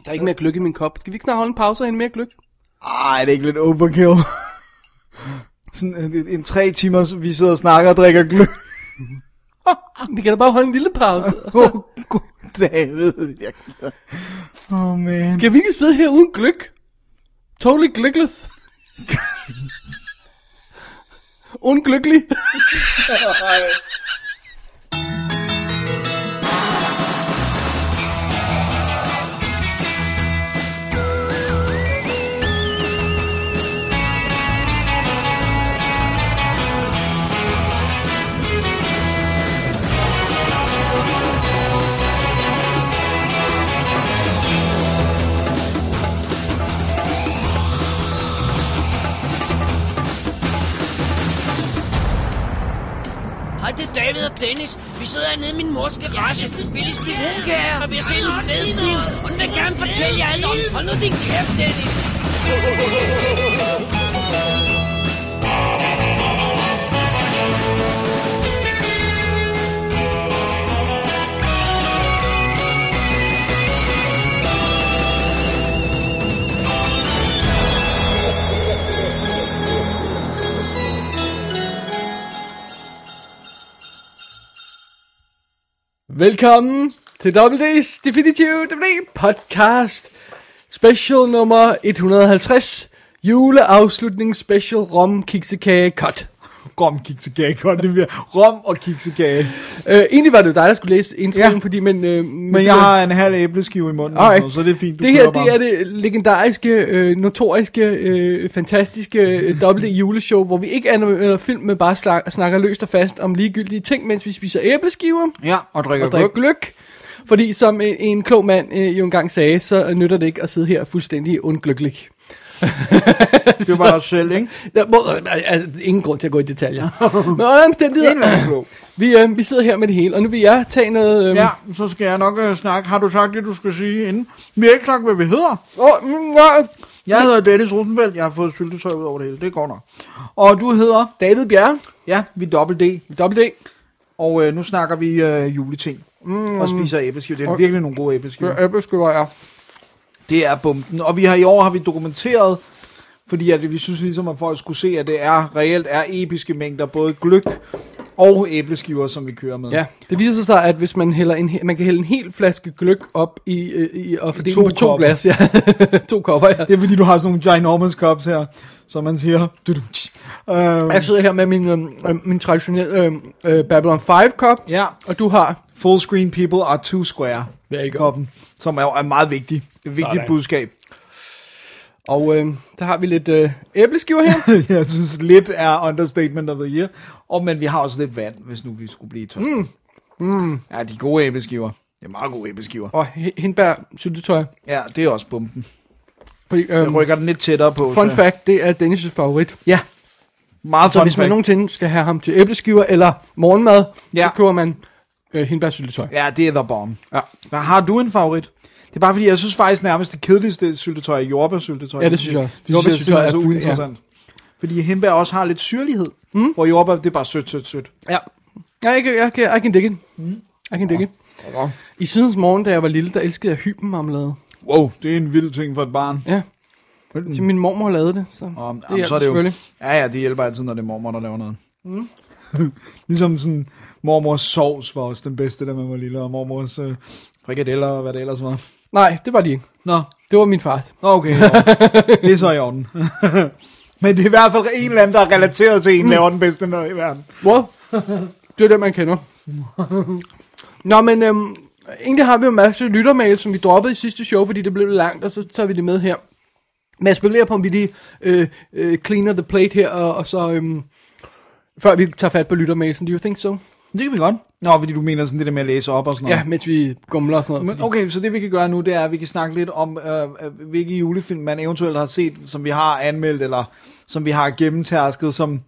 Der er ikke mere gløk i min kop. Skal vi ikke snart holde en pause og hente mere gløk? Ej, det er ikke lidt overkill. Sådan en 3 timer, vi sidder og snakker og drikker gløgg. Vi kan da bare holde en lille pause. Og så... God David. Man. Skal vi ikke sidde her uden gløk? Totally gløgless. Undgløkkelig. Hej, det er David og Dennis. Vi sidder hernede i min mors garage. Vi lige spise brunkager, og vi har set en fed film. Og den vil gerne fortælle jer alt om. Hold nu din kæft, Dennis. Velkommen til WD's Definitive DVD podcast. Special nummer 150. Juleafslutning special rom kiksekage cut. Rom kiksekage, godt det bliver. Rom og kiksekage. Egentlig var det dig, der skulle læse introen, ja. Fordi men jeg har en halv æbleskive i munden, okay. Så det er fint. Det her, det er det legendariske, notoriske, fantastiske WD juleshow, hvor vi ikke anmelder film, men bare snakker løst og fast om ligegyldige ting, mens vi spiser æbleskiver. Ja, og drikker gløgg. Fordi som en klog mand jo engang sagde, så nytter det ikke at sidde her fuldstændig undgløkkelig. Det var dig selv, ikke? Altså, ingen grund til at gå i detaljer. Men under omstændigheder, vi sidder her med det hele, og nu vil jeg tage noget... Ja, så skal jeg nok snakke. Har du sagt det, du skal sige inden? Vi har ikke sagt, hvad vi hedder. Jeg hedder Dennis Rosenfeldt. Jeg har fået syltetøj ud over det hele. Det går nok. Og du hedder? David Bjerre. Ja, vi er dobbelt D. Dobbelt D. Og nu snakker vi juleting. Og spiser æbleskiver. Det er virkelig nogle gode æbleskiver. Æbleskiver, ja. Det er bumpen. Og i år har vi dokumenteret, fordi at vi synes ligesom, at folk skulle se, at det reelt er episke mængder, både gløgg og æbleskiver, som vi kører med. Ja, det viser sig, at hvis man man kan hælde en hel flaske gløgg op og fordele på 2 glas. Ja. 2 kopper, ja. Det er fordi, du har sådan nogle ginormous cups her, som man siger. Jeg sidder her med min traditionelle Babylon 5 kop, ja. Og du har... Full screen people are too square. Koppen, som er meget vigtig. Et vigtigt budskab. Og der har vi lidt æbleskiver her. Jeg synes, lidt er understatement of the year. Men vi har også lidt vand, hvis nu vi skulle blive tørt. Ja, de gode æbleskiver. Det er meget gode æbleskiver. Og hindbær syltetøj. Ja, det er også bumpen. Jeg rykker den lidt tættere på. Fun fact, det er Dennis' favorit. Ja, meget så hvis man nogensinde skal have ham til æbleskiver eller morgenmad, så køber man hindbær syltetøj. Ja, det er the bomb. Ja. Hvad har du en favorit? Det er bare fordi, jeg synes faktisk nærmest det kedeligste syltetøj er jordbærsyltetøj. Ja, det synes jeg også. Jordbærsyltetøj er så uinteressant. Ja. Fordi hindbær også har lidt syrlighed, hvor jordbær, det er bare sødt. Ja, I can dig it. I can dig it. I sidens morgen, da jeg var lille, der elskede jeg hybenmarmelade. Wow, det er en vild ting for et barn. Ja. Så min mormor lavede det, så det så er det jo. Ja, det hjælper altid, når det er mormor, der laver noget. Ligesom sådan, mormors sovs var også den bedste, da man var lille, og mormors frikadeller og hvad det ellers var. Nej, det var de ikke. Nå. Det var min fars. Okay, det er så i orden. Men det er i hvert fald en eller anden, der er relateret til en, laver den bedste mad i verden. Hvor? Det er det, man kender. Nå, men egentlig har vi jo en masse lyttermail, som vi droppede i sidste show, fordi det blev lidt langt, og så tager vi det med her. Men jeg spekulerer på, om vi lige cleaner the plate her, og så før vi tager fat på lyttermailsen. Do you think so? Det kan vi godt. Nå, fordi du mener sådan det der med at læse op og sådan noget. Ja, mens vi gumler og sådan noget. Men, okay, så det vi kan gøre nu, det er, at vi kan snakke lidt om, hvilke julefilm man eventuelt har set, som vi har anmeldt, eller som vi har gennemtærsket, som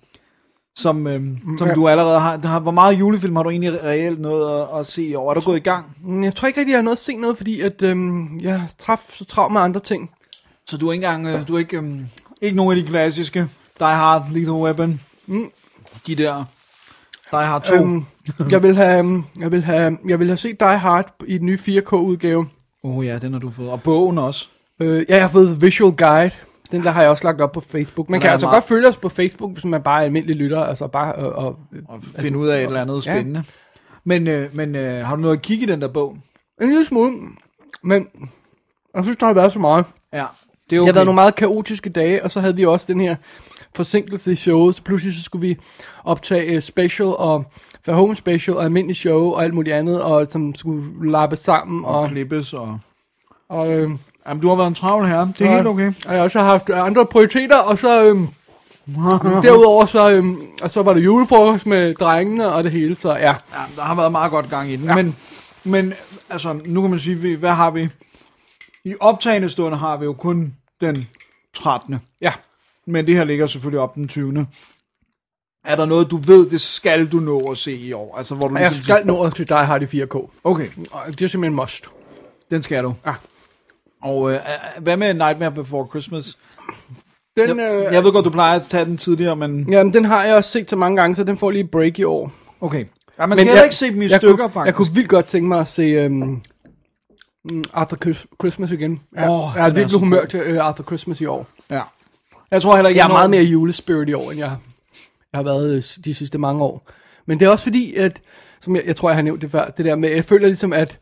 du allerede har. Hvor meget julefilm har du egentlig reelt noget at se i år? Er du gået i gang? Jeg tror ikke rigtig, jeg har noget at se noget, fordi at, jeg traf så travlt med andre ting. Så du er ikke engang, ikke nogen af de klassiske Die Hard, Lethal Weapon, de der Die Hard 2. Jeg vil have set Die Hard i den nye 4K udgave. Ja, den har du fået. Og bogen også. Ja, jeg har fået Visual Guide. Den der har jeg også lagt op på Facebook. Man kan altså godt følge os på Facebook, hvis man bare er almindelig lytter. Altså bare og finde ud af et eller andet spændende. Men har du noget at kigge i den der bog? En lille smule. Men jeg synes, der har været så meget. Ja, det er okay. Det har været nogle meget kaotiske dage, og så havde vi også den her forsinkelse i showet. Så pludselig så skulle vi optage special og home special og almindelig show og alt muligt andet, og som skulle lappe sammen. Og klippes og jamen, du har været en travl herre. Det er helt okay. Og jeg også har haft andre prioriteter, og så derudover så var det julefrokost med drengene og det hele, så ja. Der har været meget godt gang i den, ja. Men altså, nu kan man sige, hvad har vi? I optagende stund har vi jo kun den 13. Ja. Men det her ligger selvfølgelig op den 20. Er der noget, du ved, det skal du nå at se i år? Altså, hvor du jeg skal nå til dig har det 4K. Okay. Det er simpelthen must. Den skal du? Ja. Og hvad med Nightmare Before Christmas? Jeg ved godt, du plejer at tage den tidligere, men... Jamen, den har jeg også set så mange gange, så den får lige et break i år. Okay. Ja, man skal ikke se dem i stykker, faktisk. Jeg kunne vildt godt tænke mig at se Arthur Christmas igen. Jeg er virkelig humør til Arthur Christmas i år. Ja. Jeg tror heller ikke... Jeg er meget mere julespirit i år, end jeg har været de sidste mange år. Men det er også fordi, at, som jeg tror, jeg har nævnt det før, det der med, jeg føler ligesom, at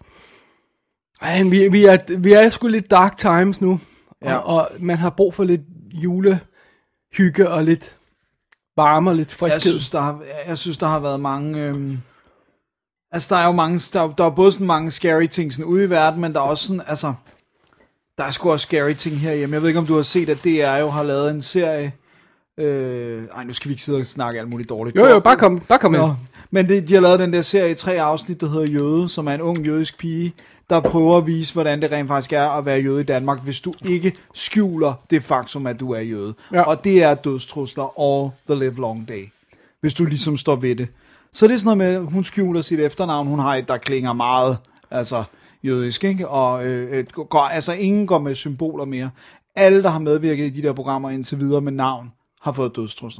vi er sgu lidt dark times nu. Ja. Og man har brug for lidt julehygge og lidt varme og lidt friskhed. Jeg synes, der har været mange... altså, der er jo mange... Der er både sådan mange scary ting sådan ude i verden, men der er også sådan... Altså, der er sgu også scary ting herhjemme. Jeg ved ikke, om du har set, at DR jo har lavet en serie... nu skal vi ikke sidde og snakke alt muligt dårligt. Jo, bare kom ind. Men de har lavet den der serie i 3 afsnit, der hedder Jøde, som er en ung jødisk pige, der prøver at vise, hvordan det rent faktisk er at være jøde i Danmark, hvis du ikke skjuler det faktum, at du er jøde. Ja. Og det er dødstrusler all the live long day, hvis du ligesom står ved det. Så det er sådan noget med, hun skjuler sit efternavn, hun har et, der klinger meget altså jødisk, ikke? Og altså ingen går med symboler mere. Alle, der har medvirket i de der programmer indtil videre med navn, har fået dødstrusler.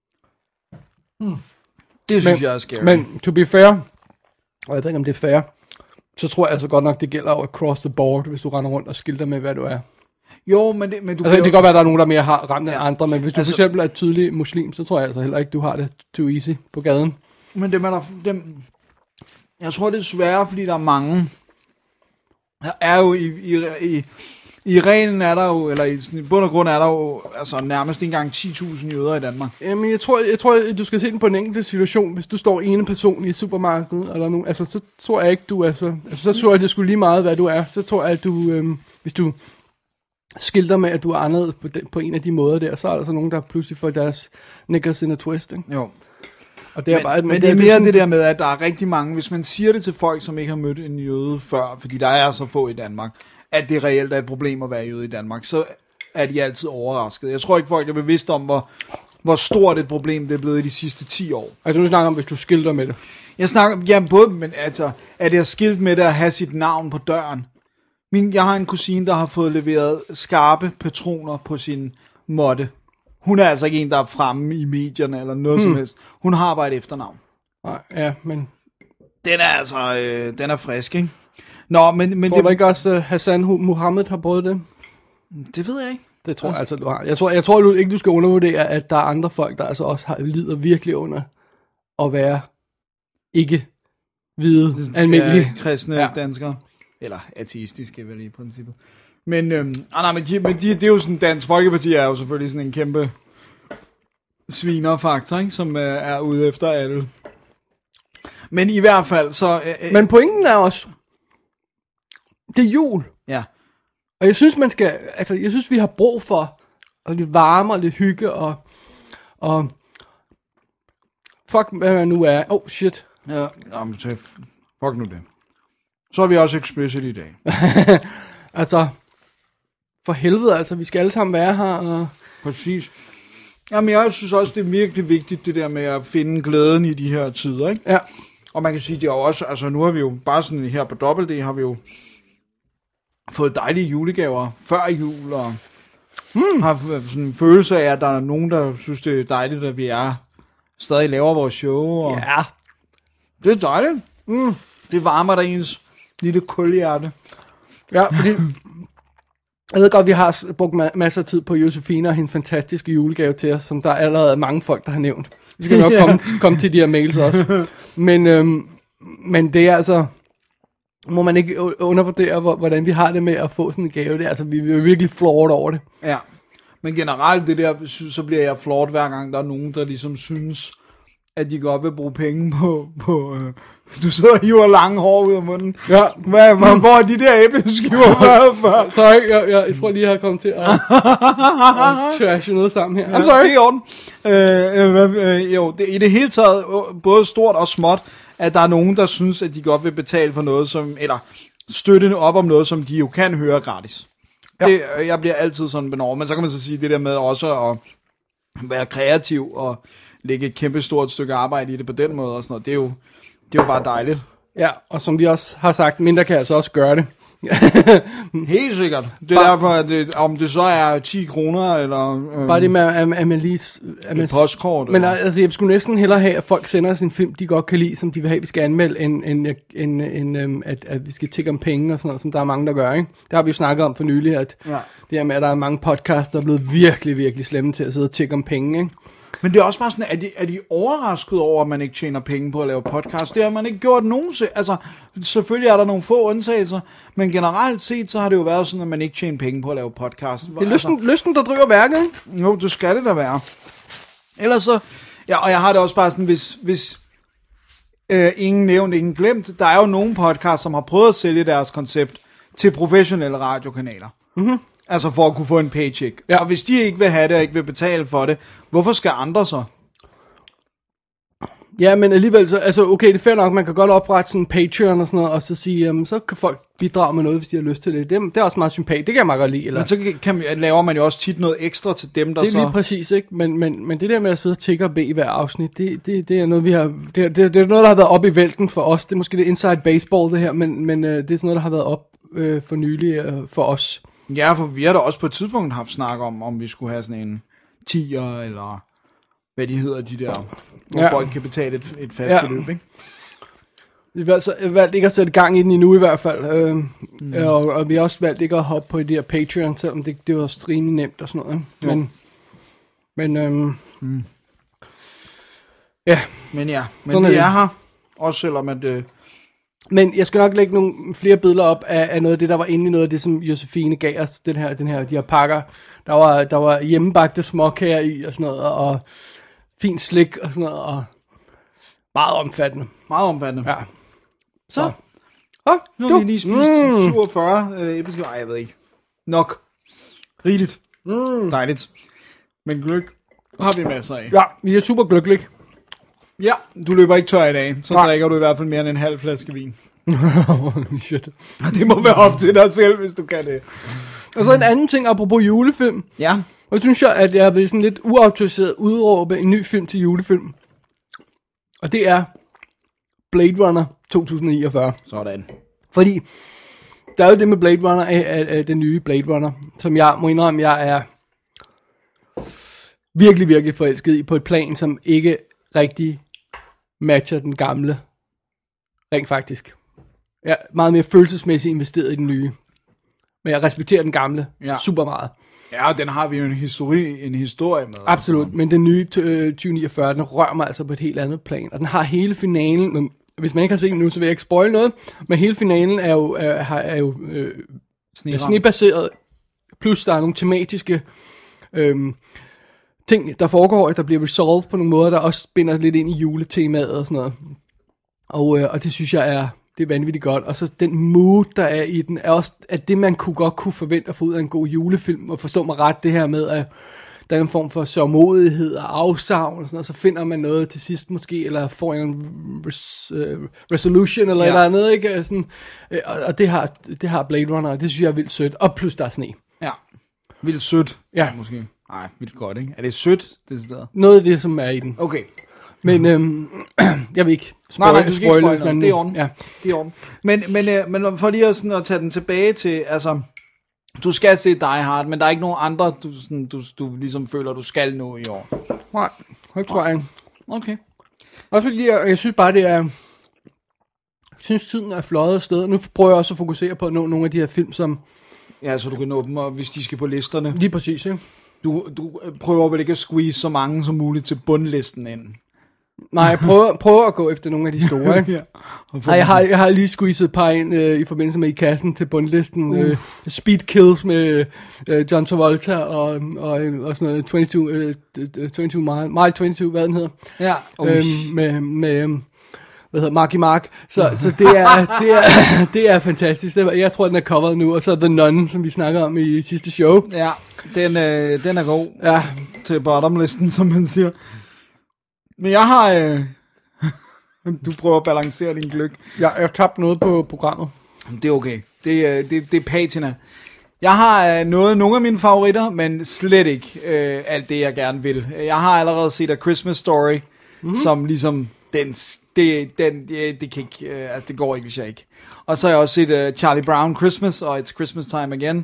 Det synes jeg er scary. Men to be fair, og jeg ved ikke om det er fair, så tror jeg altså godt nok, det gælder jo across the board, hvis du render rundt og skilter med, hvad du er. Jo, men du altså, det kan godt være, at der er nogen, der mere har ramt end andre, men hvis du for eksempel er et tydeligt muslim, så tror jeg altså heller ikke, du har det too easy på gaden. Men jeg tror, det er sværere, fordi der er mange. Der er jo i reglen er der jo, eller i bund og grund er der jo altså nærmest ikke engang 10.000 jøder i Danmark. Jamen, jeg tror, du skal se den på en enkelt situation. Hvis du står ene person i et supermarked, eller nogen, altså, så tror jeg ikke, du er så tror jeg, det skulle lige meget, hvad du er. Så tror jeg, at du, hvis du skilter med, at du er anderledes på en af de måder der, så er der så nogen, der pludselig får deres knickers in a twist, ikke? Jo. Og det er bare, men det er mere det der med, at der er rigtig mange, hvis man siger det til folk, som ikke har mødt en jøde før, fordi der er så få i Danmark, at det reelt er et problem at være jøde i Danmark, så er de altid overrasket. Jeg tror ikke, folk er bevidst om, hvor stort et problem det er blevet i de sidste 10 år. Altså, nu snakker om, hvis du skilter med det. Jeg snakker om, både, men altså, er det at skilte med det at have sit navn på døren? Jeg har en kusine, der har fået leveret skarpe patroner på sin måtte. Hun er altså ikke en, der er fremme i medierne eller noget som helst. Hun har bare et efternavn. Ja, men... Den er altså, den er frisk, ikke? Nå, men tror du ikke også, Hassan Mohammed har prøvet det? Det ved jeg ikke. Det tror jeg altså, du har. Jeg tror du ikke, du skal undervurdere, at der er andre folk, der altså også lider virkelig under at være ikke hvide, almindelige. Kristne danskere. Eller ateistiske, vel i princippet. Men, det er jo sådan, Dansk Folkeparti er jo selvfølgelig sådan en kæmpe svinerfaktor, ikke? Som er ude efter alle. Men i hvert fald, så... Men pointen er også, det er jul. Ja. Og jeg synes, jeg synes, vi har brug for lidt varme og lidt hygge og fuck, hvad man nu er. Oh, shit. Ja, fuck nu det. Så er vi også explicit i dag. Altså, for helvede, altså, vi skal alle sammen være her. Og... Præcis. Jamen, jeg synes også, det er virkelig vigtigt, det der med at finde glæden i de her tider, ikke? Ja. Og man kan sige, det er også, altså nu har vi jo, bare sådan her på WD, har vi jo fået dejlige julegaver før jul, og har sådan en følelse af, at der er nogen, der synes, det er dejligt, at vi stadig laver vores show. Og ja. Det er dejligt. Det varmer der ens lille kulhjerte. Ja, fordi jeg ved godt, vi har brugt masser af tid på Josefine og hendes fantastiske julegave til os, som der allerede er mange folk, der har nævnt. Vi skal nok komme til de her mails også. Men det er altså, må man ikke undervurdere, hvordan vi har det med at få sådan en gave. Det er, altså, vi er virkelig floored over det. Ja, men generelt det der, så bliver jeg floored hver gang, der er nogen, der ligesom synes, at de godt vil bruge penge på du sidder og hiver lange hår ud af munden. Ja. Hvor er de der æbleskiver været for? Sorry, jeg tror lige, jeg har kommet til at trashe noget sammen her. I'm sorry. Det er i orden. I det hele taget, både stort og småt, at der er nogen, der synes, at de godt vil betale for noget, som, eller støtte op om noget, som de jo kan høre gratis. Ja. Jeg bliver altid sådan benåret, men så kan man så sige det der med også at være kreativ og lægge et kæmpe stort stykke arbejde i det på den måde og sådan noget. Det er jo bare dejligt. Ja, og som vi også har sagt, mindre kan altså også gøre det. Helt sikkert. Det er derfor, at om det så er 10 kroner, eller... bare det med, at man lige... et postkort. Men altså, jeg skulle næsten hellere have, at folk sender os en film, de godt kan lide, som de vil have, vi skal anmelde, end at vi skal tikke om penge og sådan noget, som der er mange, der gør, ikke? Det har vi jo snakket om for nylig, at det her med, at der er mange podcasts, der er blevet virkelig, virkelig slemme til at sidde og tikke om penge, ikke? Men det er også bare sådan, er de overrasket over, at man ikke tjener penge på at lave podcast? Det har man ikke gjort nogensinde. Altså, selvfølgelig er der nogle få undtagelser, men generelt set, så har det jo været sådan, at man ikke tjener penge på at lave podcast. Det er lysten, der driver værket, ikke? Jo, det skal det da være. Ellers så, ja, og jeg har det også bare sådan, hvis ingen nævnt, ingen glemt, der er jo nogle podcasts, som har prøvet at sælge deres koncept til professionelle radiokanaler. Mhm. Altså for at kunne få en paycheck. Ja. Og hvis de ikke vil have det og ikke vil betale for det, hvorfor skal andre så? Ja, men alligevel så, altså okay, det er fair nok, man kan godt oprette sådan en Patreon og sådan noget, og så sige, så kan folk bidrage med noget, hvis de har lyst til det. Det er også meget sympatisk, det kan jeg meget godt lide. Eller? Men så laver man jo også tit noget ekstra til dem, der så... Det er lige præcis, ikke? Men det der med at sidde og tikke og bede i hver afsnit, det er noget, vi har... Det er noget, der har været op i vælten for os. Det er måske lidt inside baseball, det her, men det er sådan noget, der har været op for nylig for os. Ja, for vi har da også på et tidspunkt haft snak om vi skulle have sådan en 10'er, eller hvad de hedder, de der, hvor folk kan betale et fast beløb, ikke? Vi har altså valgt ikke at sætte gang i den endnu i hvert fald, og vi har også valgt ikke at hoppe på de her Patreon, selvom det var også rimelig nemt og sådan noget, ikke? Men vi er her, også selvom at... Men jeg skal nok lægge nogle flere billeder op af noget af det, der var inde i noget af det, som Josefine gav os, de her pakker. Der var hjemmebagte småkager i og sådan noget, og fint slik og sådan noget, og meget omfattende. Meget omfattende. Ja. Så. Nu har vi lige spist 47 æbleskiver. Ej, jeg ved ikke. Nok. Rigeligt. Dejligt. Men gløk har vi masser af. Ja, vi er super glykkelige. Ja, du løber ikke tør i dag, så drikker du i hvert fald mere end en halv flaske vin. Shit. Det må være op til dig selv, hvis du kan det. Og så en anden ting, apropos julefilm. Ja. Og så synes jeg, at jeg vil sådan lidt uautoriseret udråbe en ny film til julefilm. Og det er Blade Runner 2049. Sådan. Fordi der er jo det med Blade Runner, af den nye Blade Runner, som jeg må indrømme, jeg er virkelig, virkelig forelsket i på et plan, som ikke rigtig matcher den gamle. Rent faktisk. Jeg er meget mere følelsesmæssigt investeret i den nye. Men jeg respekterer den gamle super meget. Ja, og den har vi jo en historie med. Absolut, altså. Men den nye 2049, den rører mig altså på et helt andet plan. Og den har hele finalen, hvis man ikke har set den nu, så vil jeg ikke spoil noget, men hele finalen er jo snebaseret, plus der er nogle tematiske ting, der foregår, at der bliver resolved på nogle måder, der også binder lidt ind i juletemaet og sådan noget. Og det synes jeg det er vanvittigt godt. Og så den mood, der er i den, er også at det, man godt kunne forvente at få ud af en god julefilm, og forstå mig ret, det her med, at der er en form for sørgmodighed og afsavn og sådan noget, og så finder man noget til sidst måske, eller får en resolution eller et eller andet, ikke? Sådan, og det har Blade Runner, og det synes jeg er vildt sødt. Og plus der er sne. Ja, vildt sødt. Ja. Måske. Nej, vildt godt, ikke? Er det sødt, det sted? Noget af det, som er i den. Okay. Men jeg vil ikke spoil du skal ikke spoil noget. Men, det er ordentligt. Ja. Det er ordentligt. Men for lige at tage den tilbage til, altså, du skal se Die Hard, men der er ikke nogen andre, du ligesom føler, du skal nå i år. Nej, det tror jeg ikke. Okay. Også fordi jeg synes bare, det er synes tiden er fløjet afsted. Nu prøver jeg også at fokusere på at nå nogle af de her film, som... Ja, så du kan nå dem, og hvis de skal på listerne. Lige præcis, ikke? Du prøver vel ikke at squeeze så mange som muligt til bundlisten ind? Nej, jeg prøver at gå efter nogle af de store, ikke? Ja. Nej, jeg har lige squeezet et par ind i forbindelse med i kassen til bundlisten. Speed Kills med John Travolta og sådan noget 22 Mile 22, hvad den hedder. Ja. Med hvad hedder Marky Mark. Så det er fantastisk. Jeg tror, den er covered nu. Og så The Nun, som vi snakker om i sidste show. Ja, den er god. Ja. Til bottomlisten, som man siger. Men jeg har... du prøver at balancere din gløgg. Ja, jeg har tabt noget på programmet. Det er okay. Det er patina. Jeg har nogle af mine favoritter, men slet ikke alt det, jeg gerne vil. Jeg har allerede set A Christmas Story, som ligesom... Det kan ikke, altså det går ikke, hvis jeg ikke. Og så har jeg også set Charlie Brown Christmas og It's Christmas Time Again.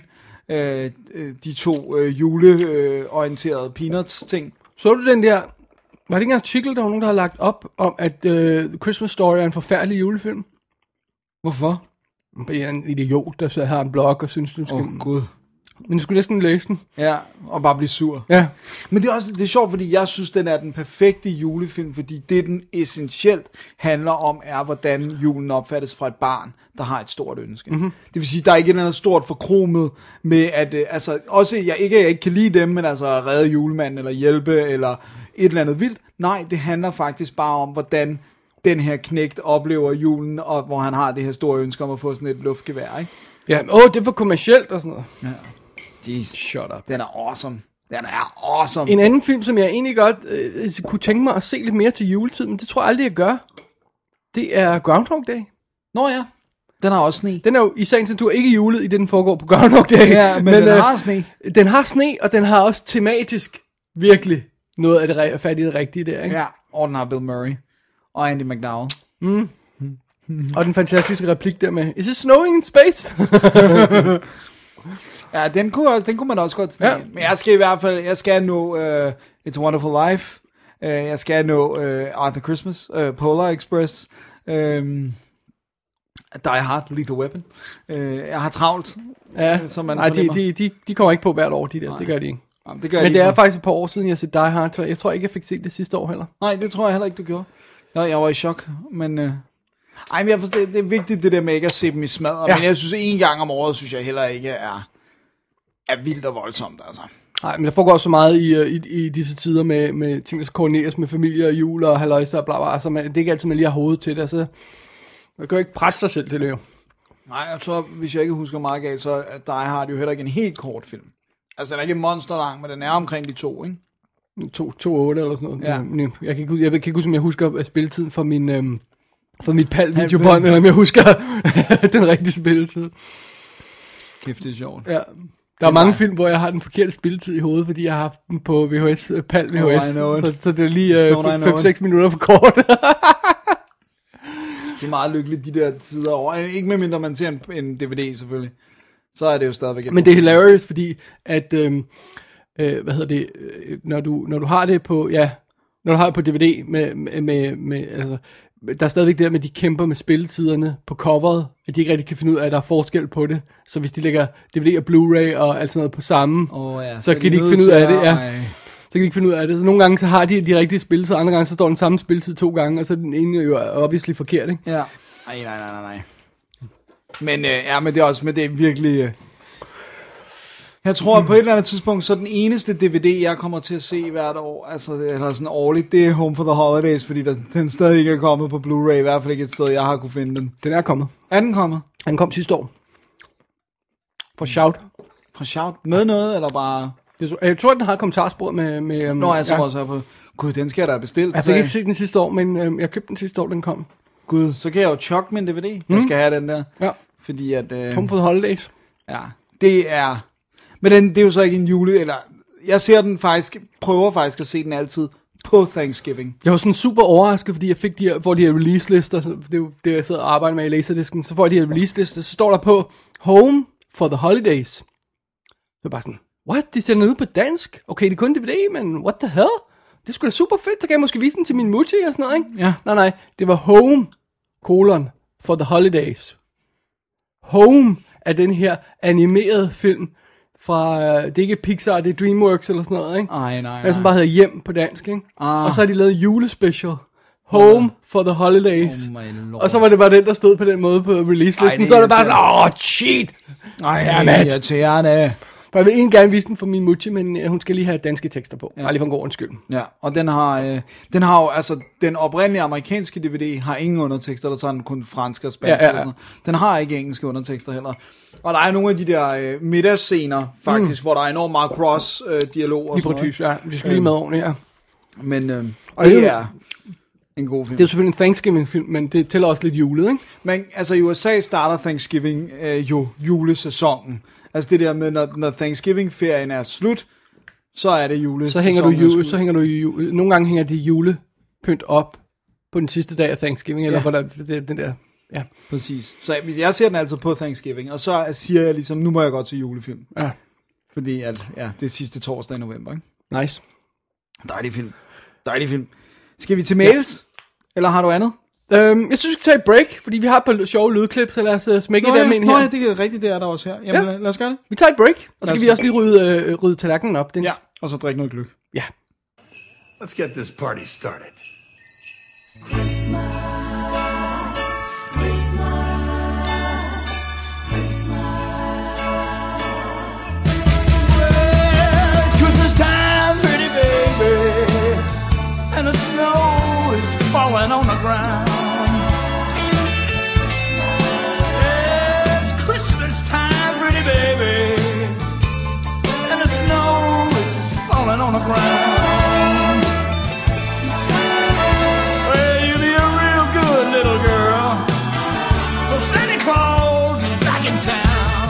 De to juleorienterede Peanuts ting. Så du den der, var det ikke en artikel, der var nogen, der har lagt op om, at Christmas Story er en forfærdelig julefilm? Hvorfor? Det er en idiot, der så har en blog og synes, du skal... Gud. Men du skulle næsten læse den. Ja, og bare blive sur. Ja. Men det er sjovt, fordi jeg synes, den er den perfekte julefilm, fordi det, den essentielt handler om, er, hvordan julen opfattes fra et barn, der har et stort ønske. Mm-hmm. Det vil sige, der er ikke noget stort forkromet med, at altså, også jeg ikke kan lide dem, men altså at redde julemanden, eller hjælpe, eller et eller andet vildt. Nej, det handler faktisk bare om, hvordan den her knægt oplever julen, og hvor han har det her store ønske om at få sådan et luftgevær, ikke? Ja, det er for kommercielt og sådan noget. Ja. Jeez. Shut up. Den er awesome. Den er awesome. En anden film, som jeg egentlig godt kunne tænke mig at se lidt mere til juletid, men det tror jeg aldrig, jeg gør, det er Groundhog Day. Nå ja, den har også sne. Den er jo i sagens natur ikke julet, i det den foregår på Groundhog Day. Ja, men den har sne. Den har sne, og den har også tematisk virkelig noget af det fat i det rigtige der, ikke? Ja, og den har Bill Murray og Andy McDowell. Og den fantastiske replik der med, is it snowing in space? Ja, den kunne man også godt snige. Ja. Men jeg skal i hvert fald, jeg skal nå It's a Wonderful Life. Jeg skal nå Arthur Christmas, Polar Express, Die Hard, Lethal Weapon. Jeg har travlt. Ja, som man de kommer ikke på hvert år, de der. Nej. Det gør de ikke. Jamen, det gør men de det er faktisk et par år siden, jeg har set Die Hard, så jeg tror ikke, jeg fik set det sidste år heller. Nej, det tror jeg heller ikke, du gjorde. Jeg var i chok, men... men jeg forstår, det er vigtigt det der med ikke at se dem i smadret, ja. Men jeg synes, en gang om året, synes jeg heller ikke er vildt og voldsomt, altså. Nej, men der foregår så meget i disse tider med ting, der skal koordineres med familie og jul og halløjser og bla bla, så det er ikke altid, man lige har hovedet til det, så man kan jo ikke presse sig selv til det jo. Nej, jeg tror, hvis jeg ikke husker meget galt, så Die Hard jo heller ikke en helt kort film. Altså, den er ikke monsterlang, men den er omkring de 2, ikke? 2,8 eller sådan noget. Ja. Jeg kan ikke huske, om jeg husker spilletiden for mit PAL-videobånd, eller om jeg husker den rigtige spilletid. Kæft, det er sjovt. Ja. Der er mange film, hvor jeg har den forkerte spilletid i hovedet, fordi jeg har haft den på VHS, PAL VHS. Så det er lige 5-6 minutter for kort. Det er meget lykkeligt, de der tider over. Ikke medmindre man ser en DVD, selvfølgelig. Så er det jo stadigvæk... Men det er hilarious, fordi at... når du har det på... Ja, når du har det på DVD med altså... Der er stadigvæk der med, de kæmper med spilletiderne på coveret, at de ikke rigtig kan finde ud af, at der er forskel på det. Så hvis de lægger DVD og Blu-ray og alt sådan noget på samme, så kan de ikke finde ud af det. Ja. Så kan de ikke finde ud af det. Så nogle gange så har de rigtige spilletid, og andre gange så står den samme spilletid 2 gange, og så er den ene jo obviously forkert, ikke? Ja. Nej. Men men det er også, men det er virkelig... Jeg tror, på et eller andet tidspunkt, så den eneste DVD, jeg kommer til at se hvert år, altså, eller sådan årligt, det er Home for the Holidays, fordi den stadig ikke er kommet på Blu-ray, i hvert fald ikke et sted, jeg har kunne finde den. Den er kommet. Er den kommet? Den kom sidste år. For Shout. For Shout? Med noget, eller bare... Jeg tror, den har kommentarspor med Nå, jeg så også på... Gud, den skal jeg da have bestilt. Jeg fik ikke set den sidste år, men jeg købte den sidste år, den kom. Gud, så kan jeg jo chokke min DVD. Jeg skal have den der. Ja. Fordi at... Home for the Holidays. Ja, det er... Men det er jo så ikke en jule, eller... Jeg ser den faktisk, prøver faktisk at se den altid på Thanksgiving. Jeg var sådan super overrasket, fordi jeg fik de her release-lister, det er jo det, jeg sidder og arbejder med i Laserdisken, så får jeg de her release-lister, så står der på Home for the Holidays. Så er bare sådan, what? De sender den ud på dansk? Okay, det er kun DVD, men what the hell? Det skulle da super fedt, så kan jeg måske vise den til min Mutti og sådan noget, ikke? Ja. Nej, det var Home, for the Holidays. Home er den her animerede film fra, det er ikke Pixar, det er DreamWorks eller sådan noget, ikke? Nej. Som bare hedder Hjem på dansk, ikke? Og så har de lavet en julespecial. Home for the Holidays. Og så var det bare den, der stod på den måde på release-listen. Så er det bare sådan, shit! Irriterende. For jeg vil egentlig gerne vise den for min mutti, men hun skal lige have danske tekster på. Bare lige for en god undskyld. Ja, og den har jo, altså, den oprindelige amerikanske DVD har ingen undertekster, der sådan kun fransk og spansk. Ja. Den har ikke engelske undertekster heller. Og der er nogle af de der middagsscener, faktisk, hvor der er enormt meget cross-dialog og sådan noget. Ja, vi skal lige med ordentligt, ja. Men det er en god film. Det er jo selvfølgelig en Thanksgiving-film, men det tæller også lidt julet, ikke? Men altså i USA starter Thanksgiving jo julesæsonen. Altså det der med, når Thanksgiving-ferien er slut, så er det julesæsonen. Så hænger du nogle gange hænger de julepynt op på den sidste dag af Thanksgiving, eller hvor der den der, ja. Præcis. Så jeg ser den altid på Thanksgiving, og så siger jeg ligesom, nu må jeg godt til julefilm. Ja. Fordi at, det er sidste torsdag i november, ikke? Nice. Dejlig film. Skal vi til mails? Ja. Eller har du andet? Jeg synes, vi skal tage et break, fordi vi har på sjove lydklip, så lad os smække dem ind her. Nå ja, det er rigtigt, det er der også her. Jamen, lad os gøre det. Vi tager et break, og så skal vi også lige rydde tallerkenen op. Ja, og så drikke noget gløgg. Ja. Let's get this party started. Christmas, Christmas, Christmas. Well, it's Christmas time, pretty baby, and the snow is falling on the ground. It's Christmas time, pretty baby, and the snow is falling on the ground. Well, you be a real good little girl, well, Santa Claus is back in town.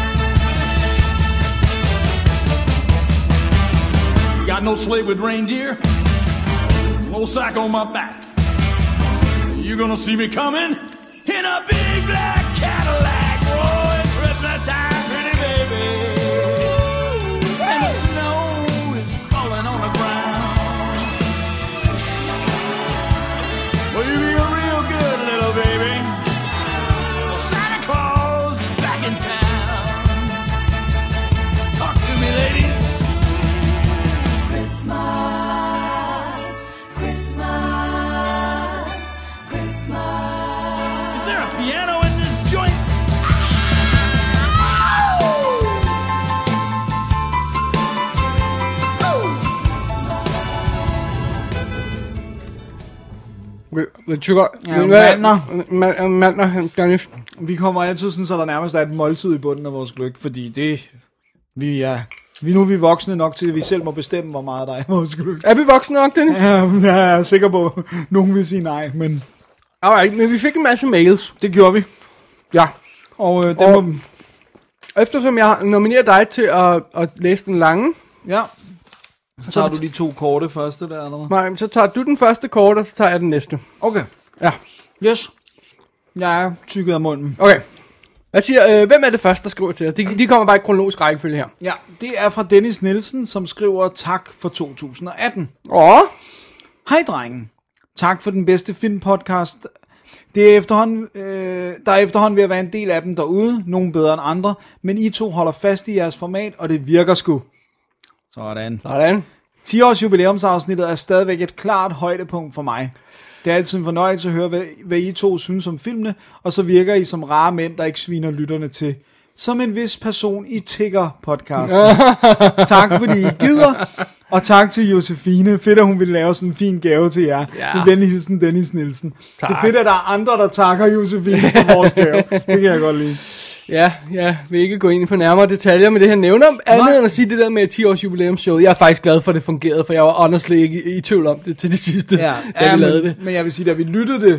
Got no sleigh with reindeer, little sack on my back. You're gonna see me coming in a big black Cadillac. Oh, it's Christmas time, pretty baby, and the snow is falling on the ground. Well, you be a real good little baby. Santa Claus is back in town. Talk to me, ladies. Christmas, Christmas, Christmas. Is there a piano in this joint? Vi kommer altid sådan, så der nærmest er et måltid i bunden af vores gløgg, fordi nu er vi voksne nok til, at vi selv må bestemme, hvor meget der er i vores gløgg. Er vi voksne nok, Dennis? Ja, jeg er sikker på, at nogen vil sige nej, men... Alright, men vi fik en masse mails. Det gjorde vi. Ja. Og eftersom jeg nominerer dig til at læse den lange... Ja. Så tager du de 2 korte første der, eller hvad? Nej, så tager du den første kort, og så tager jeg den næste. Okay. Ja. Yes. Jeg er tykket af munden. Okay. Jeg siger, hvem er det første, der skriver til dig? De kommer bare i kronologisk rækkefølge her. Ja, det er fra Dennis Nielsen, som skriver tak for 2018. Hej drengen. Tak for den bedste filmpodcast. Der er efterhånden ved at være en del af dem derude, nogle bedre end andre, men I to holder fast i jeres format, og det virker sgu. Sådan. 10-års jubilæumsafsnittet er stadigvæk et klart højdepunkt for mig. Det er altid en fornøjelse at høre, hvad I to synes om filmene, og så virker I som rare mænd, der ikke sviner lytterne til. Som en vis person i Tigger-podcasten. Tak fordi I gider, og tak til Josefine. Fedt, at hun ville lave sådan en fin gave til jer. Ja. Med venlig hilsen, Dennis Nielsen. Tak. Det er fedt, at der er andre, der takker Josefine for vores gave. Det kan jeg godt lide. Ja, vil ikke gå ind på nærmere detaljer med det her nævner. Andet end at sige det der med 10 års jubilæumshow. Jeg er faktisk glad for, at det fungerede, for jeg var honestly ikke i tvivl om det til det sidste, da vi lavede det. Men jeg vil sige, da vi lyttede det,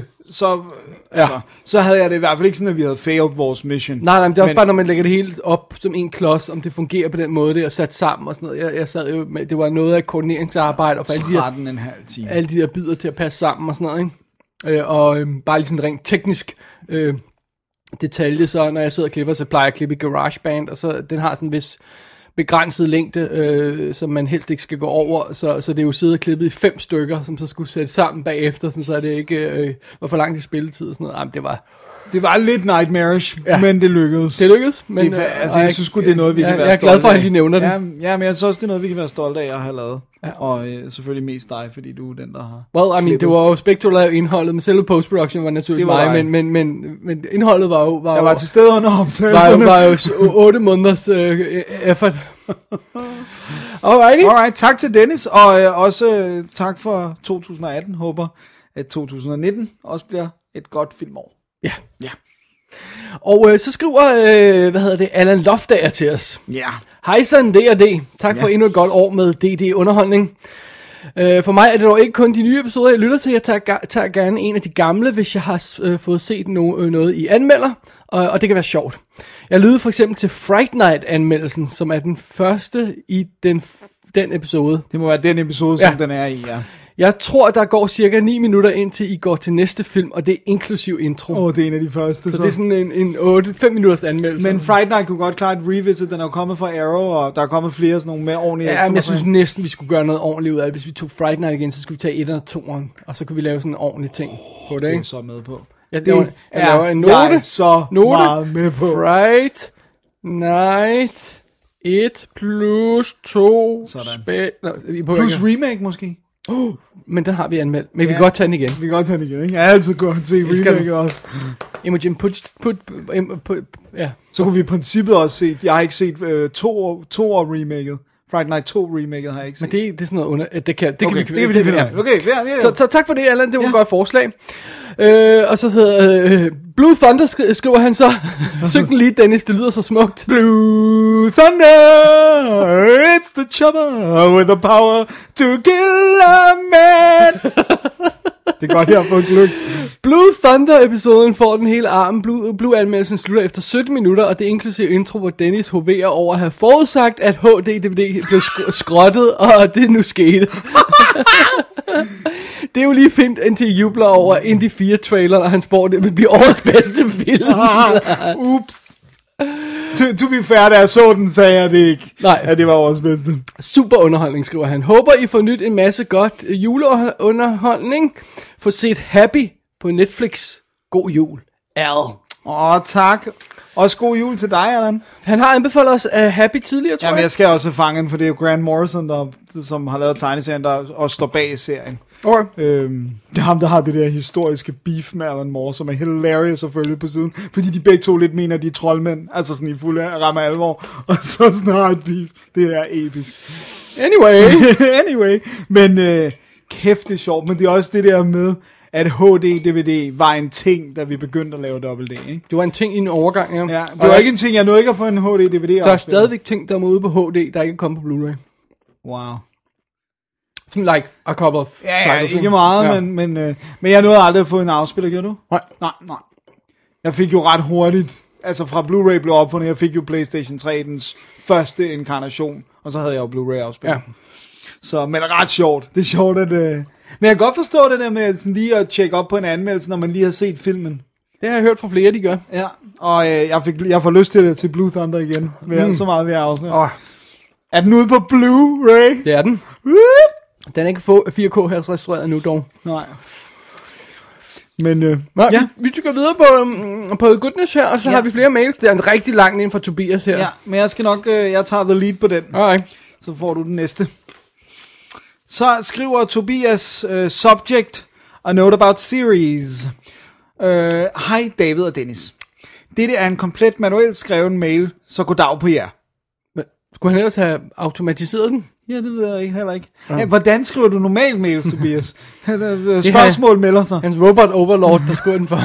så havde jeg det i hvert fald ikke sådan, at vi havde failed vores mission. Nej, men det er også bare, når man lægger det helt op som en klods, om det fungerer på den måde, det er sat sammen og sådan noget. Jeg sad jo med, det var noget af koordineringsarbejde, og for alle de der bidder til at passe sammen og sådan noget, ikke? Bare lige sådan rent teknisk detalje, så når jeg sidder og klipper, så plejer jeg at klippe i GarageBand, og så den har sådan en vis begrænset længde, som man helst ikke skal gå over, så det er jo siddet og klippet i 5 stykker, som så skulle sætte sammen bagefter, sådan, så det ikke var for langt i spilletid og sådan noget. Jamen, det var lidt nightmarish, men det lykkedes. Det lykkedes, men... jeg synes sgu, det er noget, vi kan være stolte af. Jeg er glad for, at han lige nævner det. Ja, men jeg synes også, det er noget, vi kan være stolte af at have lavet. Ja. Og selvfølgelig mest dig, fordi du er den, der har... Well, I mean, det var jo spektakulært indholdet, men selve post-production var naturligvis mig, men indholdet var jo... Jeg var til stede under optagelserne. Var jo 8 måneders effort. Alright, tak til Dennis, og også tak for 2018. Håber, at 2019 også bliver et godt filmår. Ja. Og så skriver, Allan Loftager til os. Ja. Hej sådan, D&D. Tak for endnu et godt år med DD-underholdning. For mig er det dog ikke kun de nye episoder, jeg lytter til. Jeg tager gerne en af de gamle, hvis jeg har fået set noget i anmelder, og det kan være sjovt. Jeg lyttede for eksempel til Fright Night-anmeldelsen, som er den første i den episode. Det må være den episode, som den er i, ja. Jeg tror, der går cirka 9 minutter indtil I går til næste film, og det er inklusiv intro. Det er en af de første. Så det er sådan en 5 minutters anmeldelse. Men Fright Night kunne godt klare et revisit. Den er jo kommet fra Arrow, og der er kommet flere sådan nogle mere ordentlige ekstra. Ja, men jeg synes næsten, vi skulle gøre noget ordentligt ud af det. Hvis vi tog Fright Night igen, så skulle vi tage 1 og 2'eren, og så kunne vi lave sådan en ordentlig ting på det, ikke? Det er så med på. Jeg laver en note. Jeg er så meget med på. Fright Night 1 plus 2 plus remake måske. Men den har vi anmeldt. Men vi kan godt tage den igen. Vi kan godt tage den igen, ikke? Jeg er altid godt se remake også. Imogen ja. Så kunne vi i princippet også se, jeg har ikke set 2 år remaket. Friday Night 2 remaket har jeg ikke set. Men det er sådan noget under... Det kan vi finde. Okay, ja. Så tak for det, Allan. Det var et godt forslag. Og så hedder Blue Thunder, skriver han så. Syng den lige, Dennis. Det lyder så smukt. Blue Thunder, it's the chopper with the power to kill a man. Det er godt, jeg har fået gløk. Blue Thunder-episoden får den hele armen. Blue-anmeldelsen slutter efter 17 minutter, og det er inklusive intro, hvor Dennis hoverer over at have forudsagt, at HD-DVD blev skrottet, og det nu skete. Det er jo lige fint, indtil jubler over Indy 4-traileren, og han spår, det vil blive årets bedste film. Ups. To be fair, da jeg så den, sagde jeg det ikke. Nej. At det var årets bedste. Super underholdning, skriver han. Håber, I får nyt en masse godt juleunderholdning. Få set Happy på Netflix. God jul, Al. Tak. Også god jul til dig, Allan. Han har anbefalet os Happy tidligere, tror jeg. Jamen, jeg skal også fange den, for det er jo Grant Morrison, som har lavet tegneserien, der også står bag serien. Okay. Det er ham, der har det der historiske beef med Alan Moore, som er hilarious selvfølgelig på siden, fordi de begge to lidt mener, de er troldmænd, altså sådan i fuld ramme alvor, og så snart et beef. Det er episk. Anyway, men kæft, det er sjovt, men det er også det der med, at HD-DVD var en ting, da vi begyndte at lave dobbelt D, ikke? Det var en ting i en overgang, ja. Ja, det var ikke en ting, jeg nåede ikke at få en HD-DVD. Der er stadigvæk ting, der er ude på HD, der ikke er kommet på Blu-ray. Wow. Sådan like a couple of... Ja, ikke meget, men jeg nåede aldrig at få en afspiller, gjorde du? Nej. Jeg fik jo ret hurtigt, altså fra Blu-ray blev opfundet, jeg fik jo PlayStation 3, dens første inkarnation, og så havde jeg jo Blu-ray afspiller. Ja. Så, men ret sjovt. Det er sjovt, at... Men jeg kan godt forstå det der med sådan lige at tjekke op på en anmeldelse, når man lige har set filmen. Det har jeg hørt fra flere, de gør. Ja, og jeg får lyst til Blue Thunder igen. Så meget vil jeg også. Er den ude på Blu-ray? Det er den. Den er ikke 4K her restaureret nu dog. Nej. Men vi tykker videre på Goodness her, og så har vi flere mails. Det er en rigtig lang en fra Tobias her. Ja, men jeg skal nok, jeg tager the lead på den. Alright. Så får du den næste. Så skriver Tobias, subject, a note about series. Hej David og Dennis. Dette er en komplet manuelt skreven mail, så goddag på jer. Skulle han ellers have automatiseret den? Ja, det ved jeg ikke, heller ikke. Ja. Hvordan skriver du normalt mails, Tobias? Spørgsmål melder sig. Hans robot overlord, der skriver den for.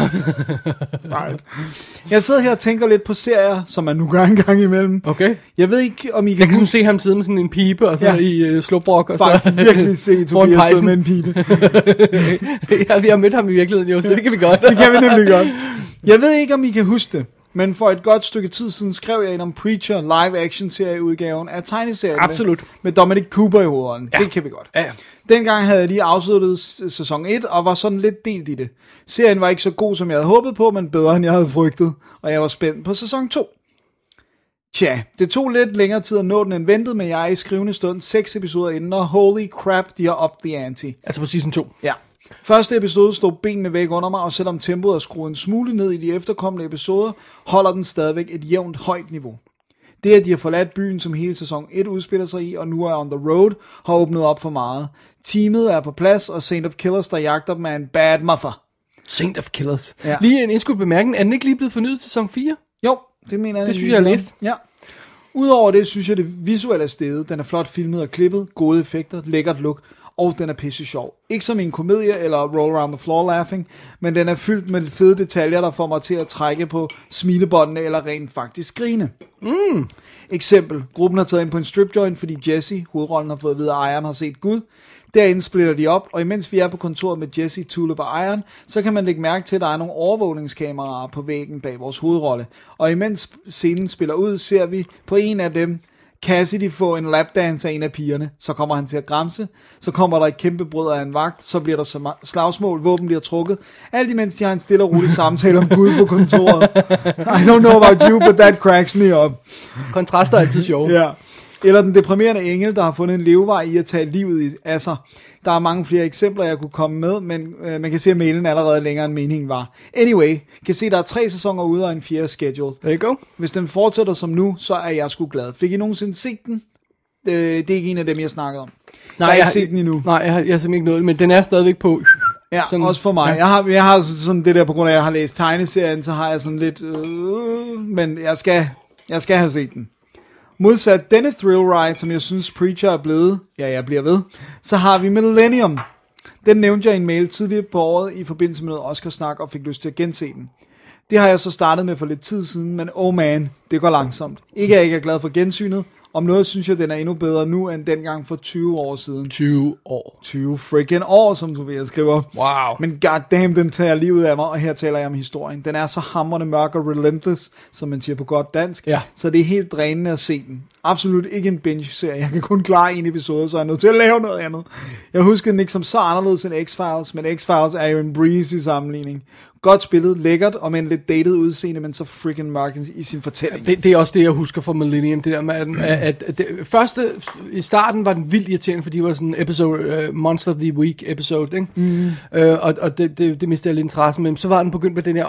Jeg sidder her og tænker lidt på serier, som man nu gør en gang imellem. Okay. Jeg ved ikke, om I kan... Jeg kan sådan se ham sidde med sådan en pipe, og så i slåbrok, og så... Faktisk virkelig se Tobias sidde med en pipe. Ja, vi har mødt ham i virkeligheden jo, så det kan vi godt. Det kan vi nemlig godt. Jeg ved ikke, om I kan huske det, men for et godt stykke tid siden skrev jeg ind om Preacher live-action-serieudgaven af tegneserien. Absolut. Med Dominic Cooper i hovedånden. Ja. Det kan vi godt. Ja. Dengang havde jeg lige afsluttet sæson 1, og var sådan lidt delt i det. Serien var ikke så god, som jeg havde håbet på, men bedre, end jeg havde frygtet, og jeg var spændt på sæson 2. Tja, det tog lidt længere tid at nå den end ventet, men jeg er i skrivende stund 6 episoder inden, og holy crap, de har up the ante. Altså på season 2. Ja. Første episode stod benene væk under mig, og selvom tempoet er skruet en smule ned i de efterkommende episoder, holder den stadigvæk et jævnt højt niveau. Det, at de har forladt byen, som hele sæson 1 udspiller sig i, og nu er on the road, har åbnet op for meget. Teamet er på plads, og Saint of Killers, der jagter dem, er en bad mother. Saint of Killers. Ja. Lige en indskudt bemærkning. Er den ikke lige blevet fornyet til sæson 4? Jo, det mener jeg. Det synes jeg, jeg har læst. Ja. Udover det, synes jeg, det visuelle er steget. Den er flot filmet og klippet, gode effekter, lækkert look, og den er pisse sjov. Ikke som en komedie eller Roll Around the Floor Laughing, men den er fyldt med fede detaljer, der får mig til at trække på smilebåndene eller rent faktisk grine. Eksempel. Gruppen har taget ind på en strip joint, fordi Jesse, hovedrollen, har fået at vide, at ejeren har set Gud. Derinde splitter de op, og imens vi er på kontoret med Jesse, Tulip og Iron, så kan man lægge mærke til, at der er nogle overvågningskameraer på væggen bag vores hovedrolle. Og imens scenen spiller ud, ser vi på en af dem, Cassidy få en lapdance af en af pigerne. Så kommer han til at gramse, så kommer der et kæmpe brød af en vagt, så bliver der slagsmål, våben bliver trukket. Alt imens de har en stille og rolig samtale om Gud på kontoret. I don't know about you, but that cracks me up. Kontraster er altid sjove. Ja. Eller den deprimerende engel, der har fundet en levevej i at tage livet af sig. Der er mange flere eksempler, jeg kunne komme med, men man kan se, at mailen allerede længere end meningen var. Anyway, kan se, at der er 3 sæsoner ude og en 4. scheduled. There you go. Hvis den fortsætter som nu, så er jeg sgu glad. Fik I nogensinde set den? Det er ikke en af dem, jeg snakkede om. Nej, jeg har ikke set den endnu. Nej, jeg har simpelthen ikke nået, men den er stadigvæk på. Ja, sådan, også for mig. Ja. Jeg har sådan det der, på grund af, at jeg har læst tegneserien, så har jeg sådan lidt... men jeg skal have set den. Modsat denne thrill ride, som jeg synes Preacher er blevet, ja, jeg bliver ved, så har vi Millennium. Den nævnte jeg i en mail tidligere på året i forbindelse med noget Oscar-snak og fik lyst til at gense den. Det har jeg så startet med for lidt tid siden, men oh man, det går langsomt. Ikke at jeg ikke er glad for gensynet. Om noget synes jeg, den er endnu bedre nu, end dengang for 20 år siden. 20 år. 20 freaking år, som Tobias skriver. Wow. Men goddamn, den tager livet af mig, og her taler jeg om historien. Den er så hamrende mørk og relentless, som man siger på godt dansk. Ja. Så det er helt drænende at se den. Absolut ikke en binge-serie. Jeg kan kun klare en episode, så jeg er nødt til at lave noget andet. Jeg husker den ikke som så anderledes end X-Files, men X-Files er jo en breeze i sammenligning. Godt spillet, lækkert, og med en lidt dated udseende, men så freaking mørk i sin fortælling. Det er også det, jeg husker fra Millennium. Det der med, at det første, i starten var den vildt irriterende, fordi det var sådan en episode, Monster of the Week episode, ikke? Og det mistede jeg lidt interesse med. Så var den begyndt med den her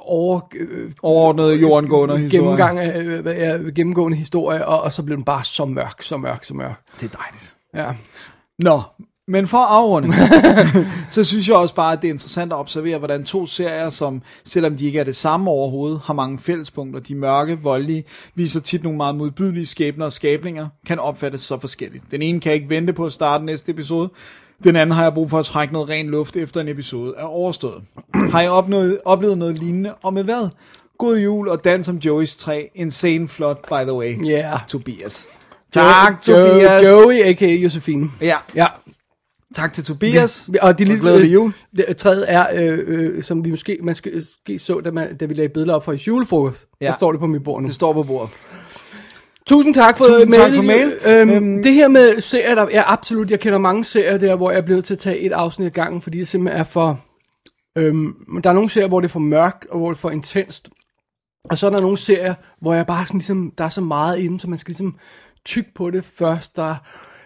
overordnede jordengående historie. Gennemgående historie, og så blev den bare så mørk. Det er dejligt. Ja. Nå, men for at afrunde, så synes jeg også bare, at det er interessant at observere, hvordan 2 serier, som selvom de ikke er det samme overhovedet, har mange fællespunkter. De mørke, voldelige, viser tit nogle meget modbydelige skæbner og skabninger, kan opfattes så forskelligt. Den ene kan ikke vente på at starte næste episode. Den anden har jeg brug for at trække noget ren luft, efter en episode er overstået. Har I oplevet noget lignende, og med hvad? God jul og dans om Joey's 3. Insane flot, by the way. Yeah. Tobias. Tak, Tobias. Joey, a.k.a. Josefine. Ja. Tak til Tobias. Ja. Og de lille glædelig jul. Træet er, som vi måske så, da vi lagde billeder op for i julefrokost. Ja. Der står det på mit bord nu. Det står på bordet. Tusind tak for mail. Det her med serier, der er absolut, jeg kender mange serier der, hvor jeg er blevet til at tage et afsnit ad gangen, fordi det simpelthen er for... der er nogle serier, hvor det er for mørkt, og hvor det er for intenst. Og så er der nogle serier, hvor jeg bare sådan ligesom, der er så meget inde, så man skal ligesom tygge på det først. Der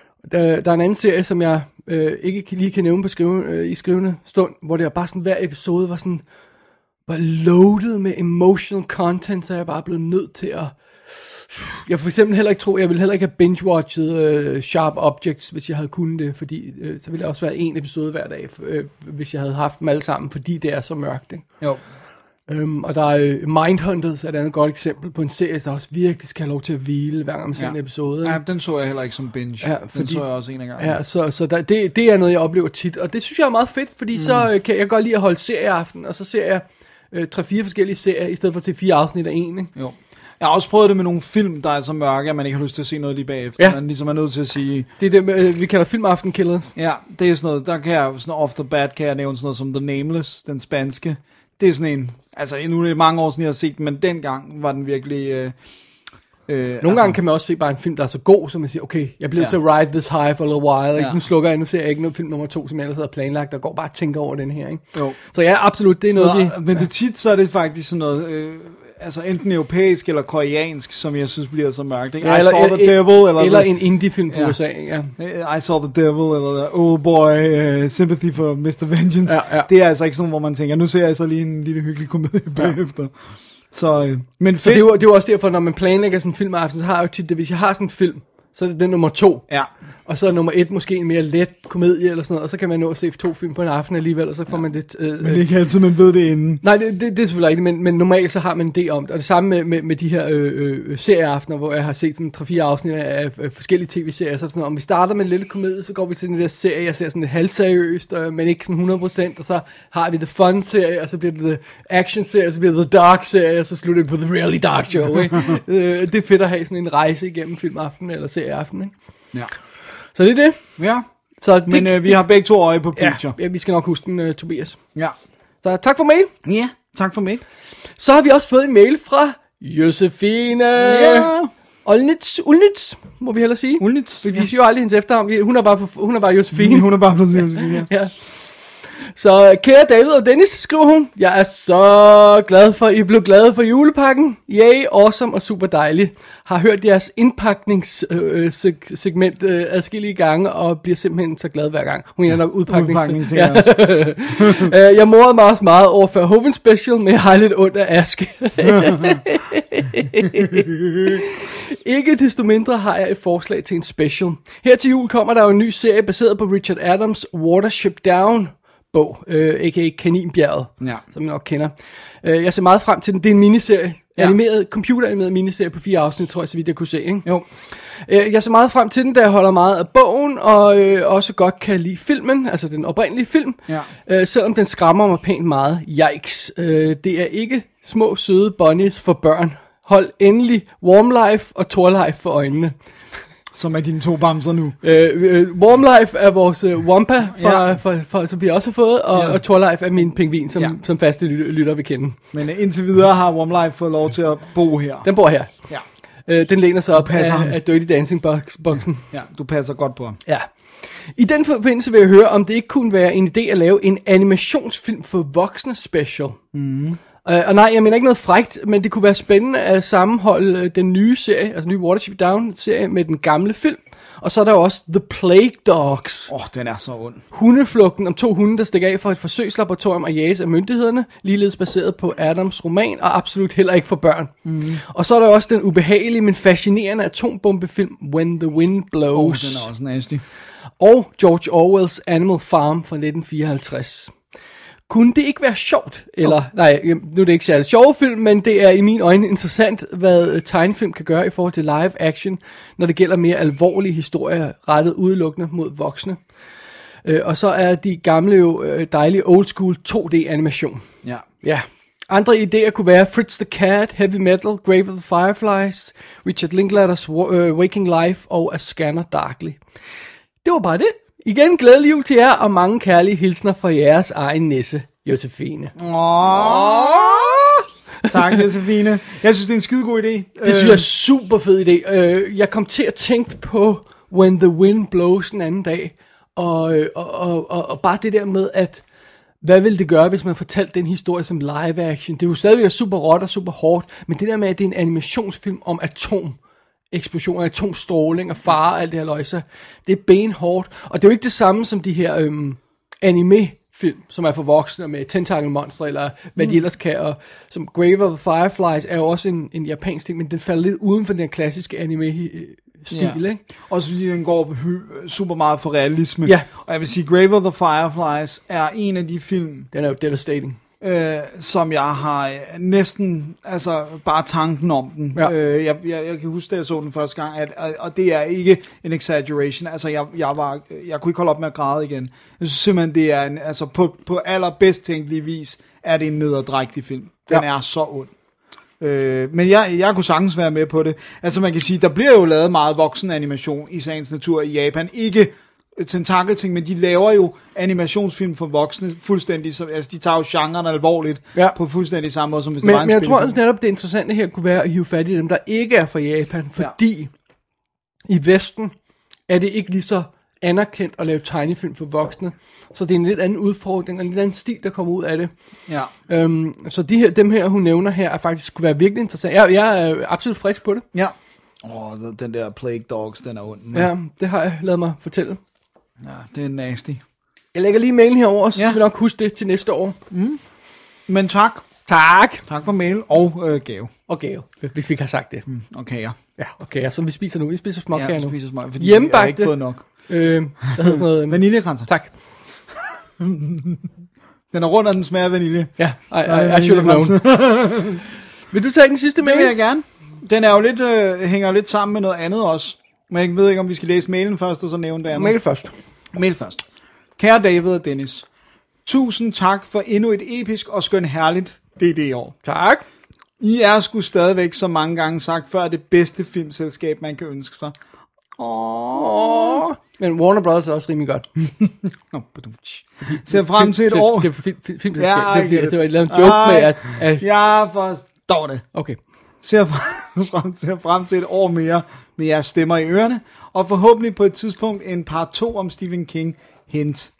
er en anden serie, som jeg ikke lige kan nævne på i skrivende stund, hvor det er bare sådan, hver episode var loaded med emotional content, så jeg bare blevet nødt til at... Jeg for eksempel heller ikke jeg ville heller ikke have binge-watchet Sharp Objects, hvis jeg havde kunnet det, fordi så ville det også være en episode hver dag, hvis jeg havde haft dem alle sammen, fordi det er så mørkt, ikke? Jo. Og der er Mindhunters er et andet godt eksempel på en serie, der også virkelig skal have lov til at hvile, hver gang man ser en episode. Ja, den så jeg heller ikke som binge. Ja, den så jeg også en af gangen. Ja, så det er noget, jeg oplever tit, og det synes jeg er meget fedt, fordi så kan jeg godt lide at holde serieaften, og så ser jeg 3-4 forskellige serier, i stedet for til 4 afsnit af en, ikke? Jo. Jeg har også prøvet det med nogle film, der er så mørke, at man ikke har lyst til at se noget lige bagefter. Ja. Man ligesom er nødt til at sige... Det er det, vi kalder filmaften killers. Ja, det er sådan noget, der kan jeg sådan off the bat, kan jeg nævne sådan noget som The Nameless, den spanske. Det er sådan en, altså nu er det mange år siden, jeg har set den, men dengang var den virkelig... Nogle gange kan man også se bare en film, der er så god, så man siger, okay, jeg bliver til at ride this high for a little while, ikke? Nu slukker jeg, nu ser jeg ikke noget film nummer 2, som jeg ellers havde planlagt, der går bare og tænker over den her, ikke? Jo. Så ja, absolut, det er noget, men det tit, så er det faktisk sådan noget, altså enten europæisk eller koreansk, som jeg synes bliver så mørkt. Ikke? Ja, I Saw the Devil. Eller en indie-film fra USA, ja. I Saw the Devil, eller Oh Boy, Sympathy for Mr. Vengeance. Ja. Det er altså ikke sådan, hvor man tænker, nu ser jeg så lige en lille hyggelig komedie bagefter. Så, men Så det er jo også derfor, når man planlægger sådan en filmaften, så har jeg jo tit det, hvis jeg har sådan en film, så er det den nummer 2. Ja. Og så er nummer 1 måske en mere let komedie eller sådan noget, og så kan man nå at se 2 film på en aften alligevel, og så får man det... Men ikke altid, man ved det inden. Nej, det er selvfølgelig ikke, men normalt så har man en idé om det. Og det samme med de her serieaftener, hvor jeg har set sådan 3-4 afsnit af forskellige tv-serier. Så sådan, om vi starter med en lille komedie, så går vi til den der serie, jeg ser sådan lidt halvseriøst, men ikke sådan 100%, og så har vi the fun-serie, og så bliver det the action-serie, og så bliver det the dark-serie, og så slutter det på the really dark show, ikke? Det er fedt at have sådan en rejse igennem filmaften eller serieaften, ikke? Ja. Så det er det. Ja. Så det, Men vi har begge 2 øje på Preacher. Ja, vi skal nok huske den, Tobias. Ja. Så tak for mail. Ja, tak for mail. Så har vi også fået en mail fra Josefine. Ja. Ulnitz, må vi hellere sige. Ulnitz. Vi siger jo aldrig hendes efternavn. Hun er bare Josefine. Hun er bare blevet Josefine, ja. Ja. Så kære David og Dennis, skriver hun, jeg er så glad for, I blev glade for julepakken. Yay, awesome og super dejligt. Har hørt jeres indpakningssegment adskillige gange, og bliver simpelthen så glad hver gang. Hun er nok udpakning. Ja. Jeg morede mig også meget over Verhoeven Special, men jeg har lidt ondt af Aske. Ikke desto mindre har jeg et forslag til en special. Her til jul kommer der jo en ny serie baseret på Richard Adams' Watership Down bog, a.k.a. Kaninbjerget, som jeg nok kender. Jeg ser meget frem til den. Det er en miniserie. Animeret, computeranimeret miniserie på 4 afsnit, tror jeg, så vidt jeg kunne se. Ikke? Jo. Jeg ser meget frem til den, da jeg holder meget af bogen, og også godt kan lide filmen, altså den oprindelige film, selvom den skræmmer mig pænt meget. Yikes. Det er ikke små, søde bunnies for børn. Hold endelig Warm Life og Tour Life for øjnene. Som er dine 2 bamser nu. Warm Life er vores Wampa, som vi også har fået, og Tour Life er min pingvin, som faste lytter vil kende. Men indtil videre har Warm Life fået lov til at bo her. Den bor her. Ja. Den læner sig op af Dirty Dancing-boksen. Ja, du passer godt på ham. Ja. I den forbindelse vil jeg høre, om det ikke kunne være en idé at lave en animationsfilm for voksne special. Og nej, jeg mener ikke noget frækt, men det kunne være spændende at sammenholde den nye serie, altså nye Watership Down-serie, med den gamle film. Og så er der jo også The Plague Dogs. Den er så ond. Hundeflugten om 2 hunde, der stikker af fra et forsøgslaboratorium og jages af myndighederne, ligeledes baseret på Adams roman, og absolut heller ikke for børn. Og så er der også den ubehagelige, men fascinerende atombombefilm When the Wind Blows. Den er også nasty. Og George Orwells Animal Farm fra 1954. Kunne det ikke være sjovt? Eller, nej, nu er det ikke særlig sjove film, men det er i mine øjne interessant, hvad tegnefilm kan gøre i forhold til live action, når det gælder mere alvorlige historier, rettet udelukkende mod voksne. Og så er de gamle jo dejlige old school 2D animation. Ja. Andre idéer kunne være Fritz the Cat, Heavy Metal, Grave of the Fireflies, Richard Linklater's Waking Life og A Scanner Darkly. Det var bare det. Igen glædelig jul til jer, og mange kærlige hilsner fra jeres egen nisse, Josefine. Tak, Josefine. Jeg synes, det er en skidegod idé. Det synes jeg er super fed idé. Jeg kom til at tænke på When the Wind Blows den anden dag, og bare det der med, at hvad ville det gøre, hvis man fortalte den historie som live action? Det er jo stadigvæk super råt og super hårdt, men det der med, at det er en animationsfilm om atomeksplosioner, atomstråling og fare og alt det her løjse, det er benhårdt. Og det er jo ikke det samme som de her anime-film, som er for voksne med tentakelmonster, eller hvad de ellers kan. Og som Grave of the Fireflies er jo også en japansk ting, men den falder lidt uden for den klassiske anime-stil, ikke? Også fordi den går super meget for realisme. Ja. Og jeg vil sige, Grave of the Fireflies er en af de film, Den er jo devastating. Som jeg har næsten, altså bare tanken om den. Ja. Jeg kan huske, da jeg så den første gang, og det er ikke en exaggeration. Altså, jeg kunne ikke holde op med at græde igen. Jeg synes simpelthen, det er altså på allerbedst tænkelig vis, er det en nederdrægtig film. Den er så ond. Men jeg kunne sagtens være med på det. Altså, man kan sige, der bliver jo lavet meget voksen animation i sagens natur i Japan. Ikke tentakelting, men de laver jo animationsfilm for voksne fuldstændig, altså de tager jo genren alvorligt på fuldstændig samme måde, som hvis det var en Men jeg tror også netop, det interessante her kunne være at hive fat i dem, der ikke er fra Japan, fordi i Vesten er det ikke lige så anerkendt at lave tegnefilm for voksne. Så det er en lidt anden udfordring, og en lidt anden stil, der kommer ud af det. Ja. Så dem her, hun nævner her, er faktisk skulle være virkelig interessant. Jeg er absolut frisk på det. Ja. Den der Plague Dogs, den er ond. Ja, det har jeg lavet mig fortælle. Ja, det er nasty. Jeg lægger lige mailen herover, så skal vi nok huske det til næste år. Men tak. Tak. Tak for mail og gave. Og gave, hvis vi ikke har sagt det. Og kager. Ja, okay, som vi spiser nu. Vi spiser småkager Ja, nu. spiser små, fordi Hjemmebagte. jeg har ikke fået nok. Hvad hedder sådan noget? Vaniljekranser. Tak. Den er rundt, og den smager vanilje. Ja, I should have known. Vil du tage den sidste mail? Det vil jeg gerne. Den er jo lidt, hænger jo lidt sammen med noget andet også. Men jeg ved ikke, om vi skal læse mailen først, og så nævne det andet. Mail først. Mail først. Kære David og Dennis. Tusind tak for endnu et episk og skøn herligt DD-år. Tak. I er sgu stadigvæk, som mange gange sagt før, det bedste filmselskab, man kan ønske sig. Men Warner Brothers er også rimelig godt. Ser frem til et år. Det er filmselskab. Ja, Det var et eller andet joke med, at... Jeg forstår det. Okay. Ser frem til et år mere med jeres stemmer i ørerne, og forhåbentlig på et tidspunkt en part 2 om Stephen King. Hint.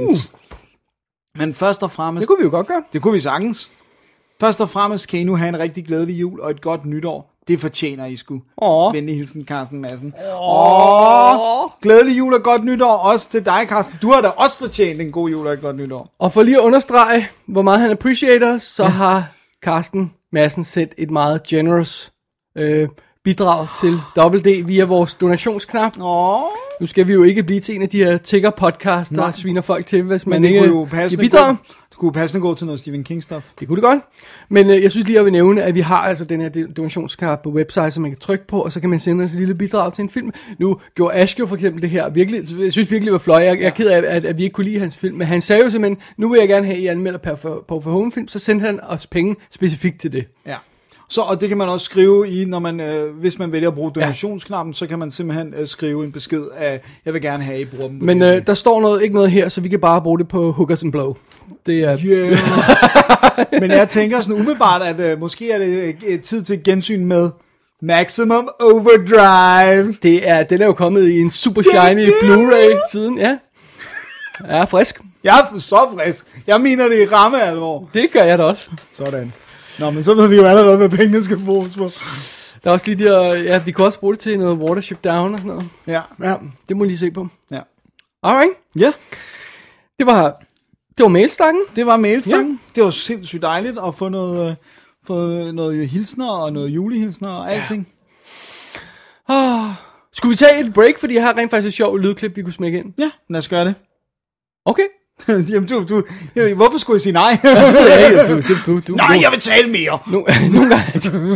Men først og fremmest... Det kunne vi jo godt gøre. Det kunne vi sagtens. Først og fremmest kan I nu have en rigtig glædelig jul og et godt nytår. Det fortjener I sgu. Venlig hilsen, Carsten Madsen. Glædelig jul og godt nytår også til dig, Carsten. Du har da også fortjent en god jul og et godt nytår. Og for lige at understrege, hvor meget han appreciater, så har Carsten Madsen sendt et meget generous bidrag til WD via vores donationsknap. Nu skal vi jo ikke blive til en af de her tigger-podcasts, der sviner folk til, hvis man det ikke kunne jo passende kunne passende gå til noget Stephen King-stof. Det kunne det godt. Men jeg synes lige, jeg vil nævne, at vi har altså den her donationsknap på website, som man kan trykke på, og så kan man sende os et lille bidrag til en film. Nu gjorde Aske for eksempel det her virkelig, jeg synes virkelig var fløj. Jeg er ked af, at vi ikke kunne lide hans film, men han sagde jo simpelthen, nu vil jeg gerne have, at I anmelder på for Home-film, så sendte han os penge specifikt til det. Ja. Så, og det kan man også skrive i, når man, hvis man vælger at bruge donationsknappen, så kan man simpelthen skrive en besked af, jeg vil gerne have, at I bruger dem. Men der står ikke noget her, så vi kan bare bruge det på Hookers and Blow. Det er... Men jeg tænker sådan umiddelbart, at måske er det tid til gensyn med Maximum Overdrive. Den er jo kommet i en super shiny Blu-ray siden, ja. Ja, frisk. Jeg er så frisk. Jeg mener det i ramme alvor. Det gør jeg da også. Sådan. Nå, men så ved vi jo allerede, hvad pengene skal bruges på. Der er også lige der, vi kan også bruge det til noget Watership Down og sådan noget. Ja. Ja, det må I lige se på. Ja. Alright. Ja. Det var mailstakken. Det var mailstakken. Ja. Det var sindssygt dejligt at få noget hilsner og noget julehilsner og alting. Skulle vi tage et break, fordi jeg har rent faktisk et sjovt lydklip, vi kunne smække ind? Ja, lad os gøre det. Okay. Jamen, hvorfor skulle jeg sige nej? Nej, jeg vil tale mere. Nogle gange.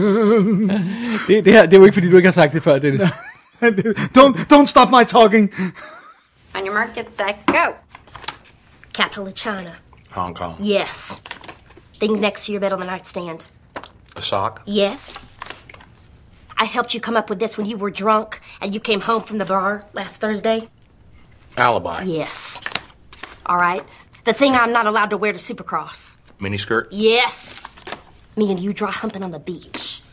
Det er jo ikke, fordi du ikke har sagt det før, Dennis. Don't stop my talking. On your mark, get set, go. Capital of China. Hong Kong. Yes. Thing next to your bed on the nightstand. A sock? Yes. I helped you come up with this when you were drunk and you came home from the bar last Thursday. Alibi. Yes. All right. The thing I'm not allowed to wear to Supercross. Miniskirt? Yes. Me and you dry humping on the beach.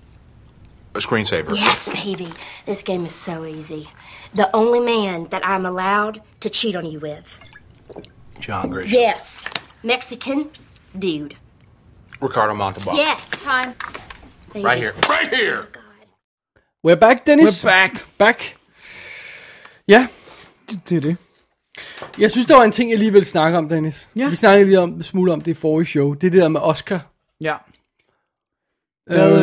A screensaver? Yes, baby. This game is so easy. The only man that I'm allowed to cheat on you with. John Grisham? Yes. Mexican dude. Ricardo Montalban? Yes. Fine. Baby. Right here. Right here! We're back, Dennis. We're back. Ja. Det er det. Jeg synes, der var en ting, jeg lige vil snakke om, Dennis. Ja. Vi snakkede lige om smule om det i forrige show. Det er det der med Oscar. Ja. Der er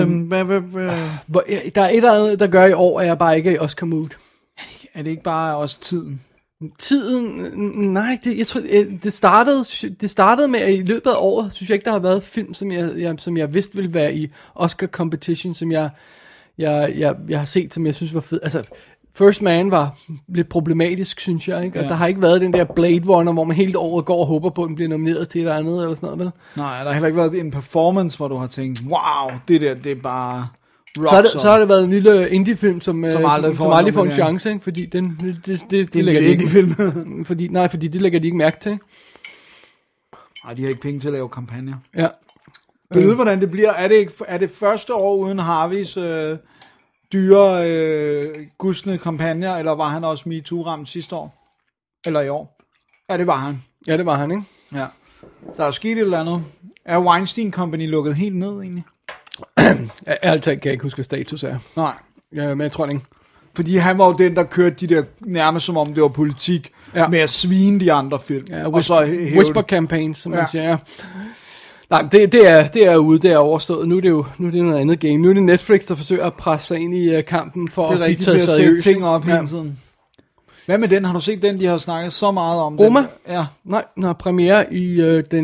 et eller andet, der gør i år, at jeg bare ikke er i Oscar-mood. Er det ikke bare også tiden? Tiden? Nej, jeg tror, det startede med, at i løbet af året, synes jeg ikke, der har været film, som jeg vidste ville være i Oscar competition, som jeg har set, som jeg synes var fed. Altså, First Man var lidt problematisk, synes jeg, ikke? Og der har ikke været den der Blade Runner, hvor man hele året går og håber på, at den bliver nomineret til et eller andet, eller sådan noget, vel? Nej, der har heller ikke været en performance, hvor du har tænkt, wow, det der, det er bare... Så har det været en lille indie-film, som aldrig får en chance, ikke? Fordi det lægger de ikke, fordi det lægger de ikke mærke til. Nej, de har ikke penge til at lave kampagner. Ja. Ved hvordan det bliver? Er det første år uden Harveys dyre gusne kampagner, eller var han også MeToo-ramt sidste år? Eller i år? Ja, det var han. Ja, det var han, ikke? Ja. Der er jo sket et eller andet. Er Weinstein Company lukket helt ned, egentlig? Ærligt talt kan jeg ikke huske, hvad status er. Nej. Ja, men jeg tror ikke. Fordi han var jo den, der kørte de der, nærmest som om det var politik, med at svine de andre film. Ja, og så whisper campaigns, som man siger. Nej, det er ude, det er overstået. Nu er det noget andet game. Nu er det Netflix, der forsøger at presse sig ind i kampen for at blive taget seriøst. Det er rigtigt, ting op hele tiden. Hvad med den? Har du set den, de har snakket så meget om? Roma? Den? Ja. Nej, den har premiere i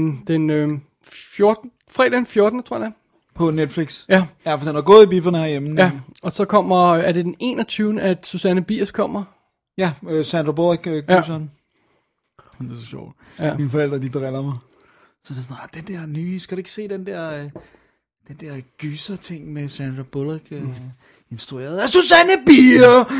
fredag den 14. tror jeg det er. På Netflix? Ja. Ja, for den er gået i bifferne herhjemme. Ja, og så kommer, er det den 21. at Susanne Biers kommer? Ja, Sandra Bullock ja. Det er så sjovt. Ja. Mine forældre, de driller mig. Så det er sådan, den der nye, skal du ikke se den der gyser-ting med Sandra Bullock instrueret af Susanne Bier?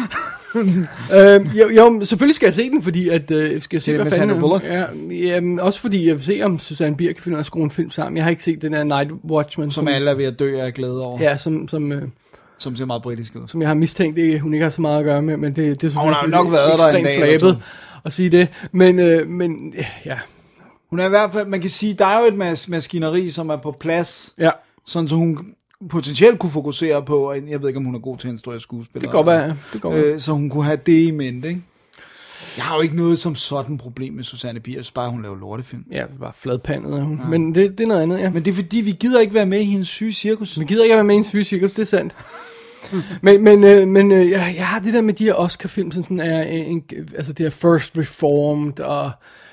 Jo, selvfølgelig skal jeg se den, fordi at skal jeg se, hvad Sandra Bullock? Ja, også fordi jeg vil se, om Susanne Bier kan finde ud af at skrue en film sammen. Jeg har ikke set den der Night Watchman. Som alle er ved at dø af glæde over. Ja, som ser meget britisk ud. Som jeg har mistænkt, det hun ikke har så meget at gøre med, men det er selvfølgelig har nok været der en dag flabet at sige det. Men ja. Hun er i hvert fald, man kan sige, der er jo et maskineri, som er på plads. Ja. Sådan så hun potentielt kunne fokusere på, jeg ved ikke om hun er god til at instruere skuespillere. Det går godt være. Så hun kunne have det i mente, ikke? Jeg har jo ikke noget som sådan problem med Susanne Bier, bare hun laver lortefilm. Ja, bare fladpandet er hun. Ja. Men det er noget andet, ja. Men det er fordi, vi gider ikke være med i hendes syge cirkus. Vi gider ikke være med i hendes syge cirkus, det er sandt. men jeg har det der med de her Oscar-film, sådan altså det her First Reformed og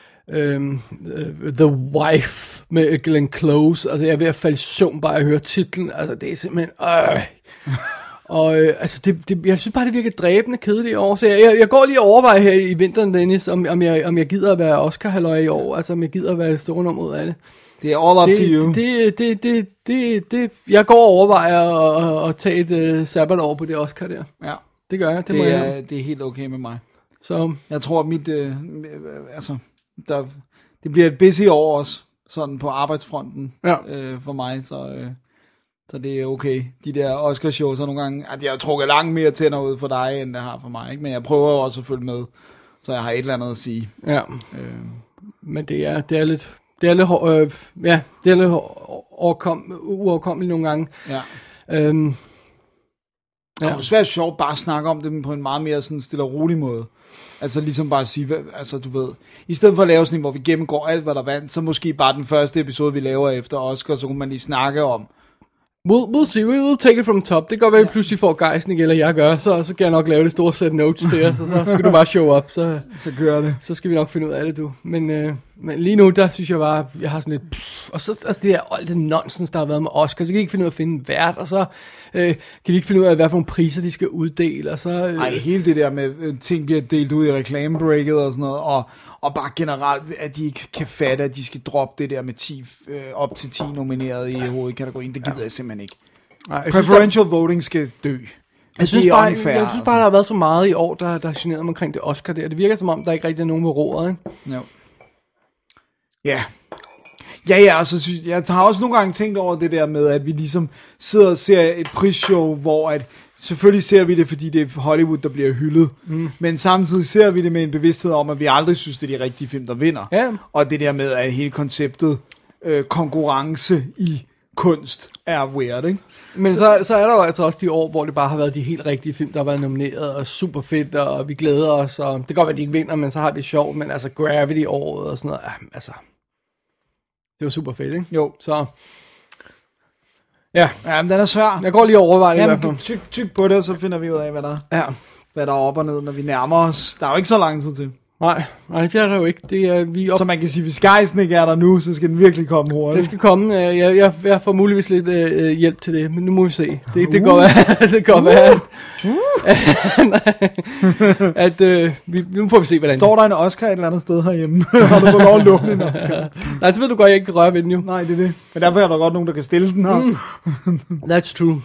The Wife med Glenn Close. Altså jeg er ved at falde i søvn bare at høre titlen. Altså det er simpelthen og altså jeg synes bare det virker dræbende kedeligt i år. Så jeg går lige og overvejer her i vinteren, Dennis, om jeg gider at være Oscar-halløj i år. Altså om jeg gider at være det store nummer ud af det. Det er all up to you. Jeg går og overvejer at tage et sabbatår på det Oscar der. Ja. Det gør jeg, det er helt okay med mig. Så jeg tror mit det bliver et busy år også, sådan på arbejdsfronten for mig, så det er okay. De der Oscar-shows har nogle gange, at jeg har trukket langt mere tænder ud for dig, end det har for mig, ikke? Men jeg prøver jo også at følge med, så jeg har et eller andet at sige. Ja, men det er lidt uoverkommeligt nogle gange. Ja. Det er svært sjovt bare at snakke om det på en meget mere sådan stille og rolig måde. Altså ligesom bare at sige, altså du ved, i stedet for at lave sådan en, hvor vi gennemgår alt, hvad der vandt, så måske bare den første episode, vi laver efter Oscar, så kunne man lige snakke om. We'll see, we'll take it from top. Det kan godt være, at vi pludselig får gejsen igen, eller jeg gør, så kan jeg nok lave det store set notes til os, og så skal du bare show up, så kører det. Så skal vi nok finde ud af det, du. Men lige nu, der synes jeg bare, jeg har sådan lidt, og så altså det der alt det nonsens, der har været med Oscar, så kan de ikke finde ud af at finde en vært, og så kan de ikke finde ud af, hvad for nogle priser de skal uddele, og så... Ej, hele det der med, ting bliver delt ud i reklamebreaket og sådan noget, og bare generelt, at de ikke kan fatte, at de skal droppe det der med op til 10 nomineret i hovedkategorien. Det gider jeg simpelthen ikke. Ej, Preferential voting skal dø. Jeg synes bare, der har været så meget i år, der har generet mig omkring det Oscar der. Det virker som om, der ikke rigtig er nogen med roret, ikke? Jo. Ja. Ja, altså, jeg har også nogle gange tænkt over det der med, at vi ligesom sidder og ser et prisshow, hvor at selvfølgelig ser vi det, fordi det er Hollywood, der bliver hyldet, men samtidig ser vi det med en bevidsthed om, at vi aldrig synes, det er de rigtige film, der vinder. Ja. Og det der med, at hele konceptet konkurrence i kunst er weird, ikke? Men så er der jo altså også de år, hvor det bare har været de helt rigtige film, der har været nomineret, og super fedt, og vi glæder os, og det kan godt være, at de ikke vinder, men så har vi sjovt, men altså Gravity-året og sådan noget, altså, det var super fedt, ikke? Jo. Så, ja. Ja, men den er svær. Jeg går lige og overvejer det i hvert fald. Tyk på det, og så finder vi ud af, hvad der er op og ned, når vi nærmer os. Der er jo ikke så lang tid til. Nej, det er der jo ikke. Det er, vi så man kan sige, hvis gejsten ikke er der nu, så skal den virkelig komme hurtigt. Det skal komme. Jeg får muligvis lidt hjælp til det, men nu må vi se. Det går være, at nu får vi se, hvordan. Står der en Oscar et eller andet sted herhjemme? Har du fået lov at låne en Oscar? Nej, så ved du godt, jeg ikke kan røre ved den jo. Nej, det er det. Men derfor er der godt nogen, der kan stille den her. That's true.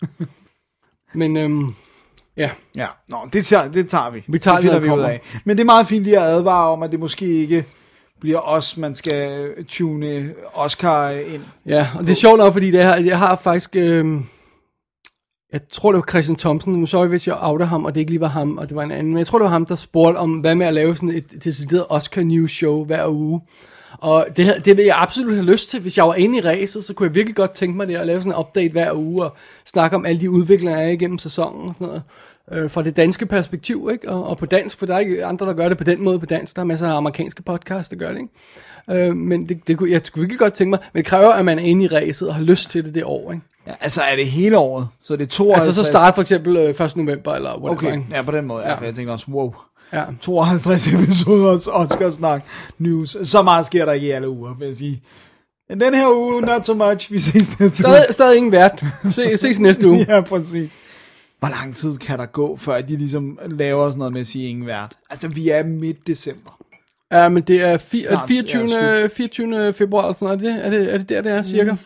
Men ja. Ja, det tager vi. Vi tager det, finder vi ud af. Men det er meget fint lige at advare om, at det måske ikke bliver os, man skal tune Oscar ind. Ja, og det er sjovt nok, fordi jeg har faktisk... jeg jeg tror det var Christian Thomsen, nu sorry hvis jeg outer ham, og det ikke lige var ham, og det var en anden, men jeg tror det var ham, der spurgte om, hvad med at lave sådan et decideret Oscar News show hver uge. Og det vil jeg absolut have lyst til. Hvis jeg var inde i ræset, så kunne jeg virkelig godt tænke mig det, at lave sådan en update hver uge, og snakke om alle de udviklinger, der er igennem sæsonen og sådan noget. Fra det danske perspektiv, ikke? Og på dansk, for der er ikke andre, der gør det på den måde på dansk. Der er masser af amerikanske podcasts, der gør det, ikke? Men jeg kunne virkelig godt tænke mig, men det kræver, at man er inde i ræset og har lyst til det år, ikke? Ja, altså er det hele året? Så er det 52? Altså så starter for eksempel 1. november, eller whatever, okay, ikke? ja, på den måde, ja. For jeg tænkte også, wow. Ja. 52 episoder Oscar-snak news. Så meget sker der ikke i alle uger, vil jeg sige. Men den her uge, not so much. Vi ses næste uge. Stadig ingen vært. Ses næste uge. Ja, præcis. Hvor lang tid kan der gå, før de ligesom laver sådan noget med at sige ingen vært? Altså, vi er midt december. Ja, men det er 24. februar, eller sådan noget. Er det der, det er, cirka?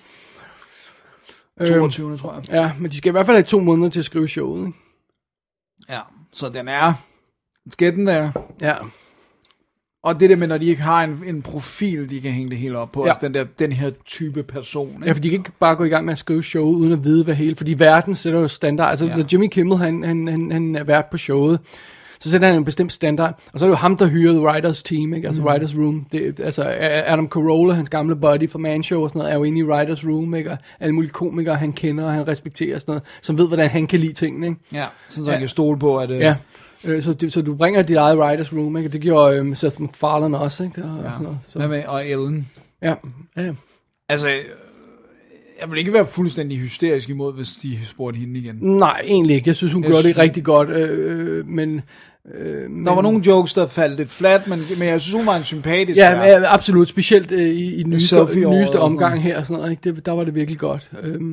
22. tror jeg. Ja, men de skal i hvert fald have 2 måneder til at skrive showet, ikke? Ja, så den er... Let's get den der. Ja. Og det der med, når de ikke har en profil, de kan hænge det hele op på. Ja. Altså den her type person. Ikke? Ja, for de kan ikke bare gå i gang med at skrive showet, uden at vide, hvad hele... Fordi verden sætter jo standard. Altså, når Jimmy Kimmel, han er vært på showet, så sætter han en bestemt standard. Og så er det jo ham, der hyrer The Writers Team, ikke? Altså Writers Room. Altså Adam Carolla, hans gamle buddy for Man Show og sådan noget, er jo inde i Writers Room, ikke? Og alle mulige komikere, han kender og han respekterer og sådan noget, som ved, hvordan han kan lide tingene, ikke? Ja, sådan så han kan stole på, at... Ja. Så du bringer dit eget Writers Room, ikke? Det gjorde Seth MacFarlane også, ikke? Og, ja. sådan noget, så. Med, og Ellen. Ja. Altså, jeg vil ikke være fuldstændig hysterisk imod, hvis de spurgte hende igen. Nej, egentlig ikke. Jeg synes, hun gjorde det rigtig godt, men... Der var nogle jokes, der faldt lidt flat, men jeg synes, hun var en sympatisk. Ja, absolut. Specielt i den nyeste omgang her. Sådan noget, ikke? Der var det virkelig godt.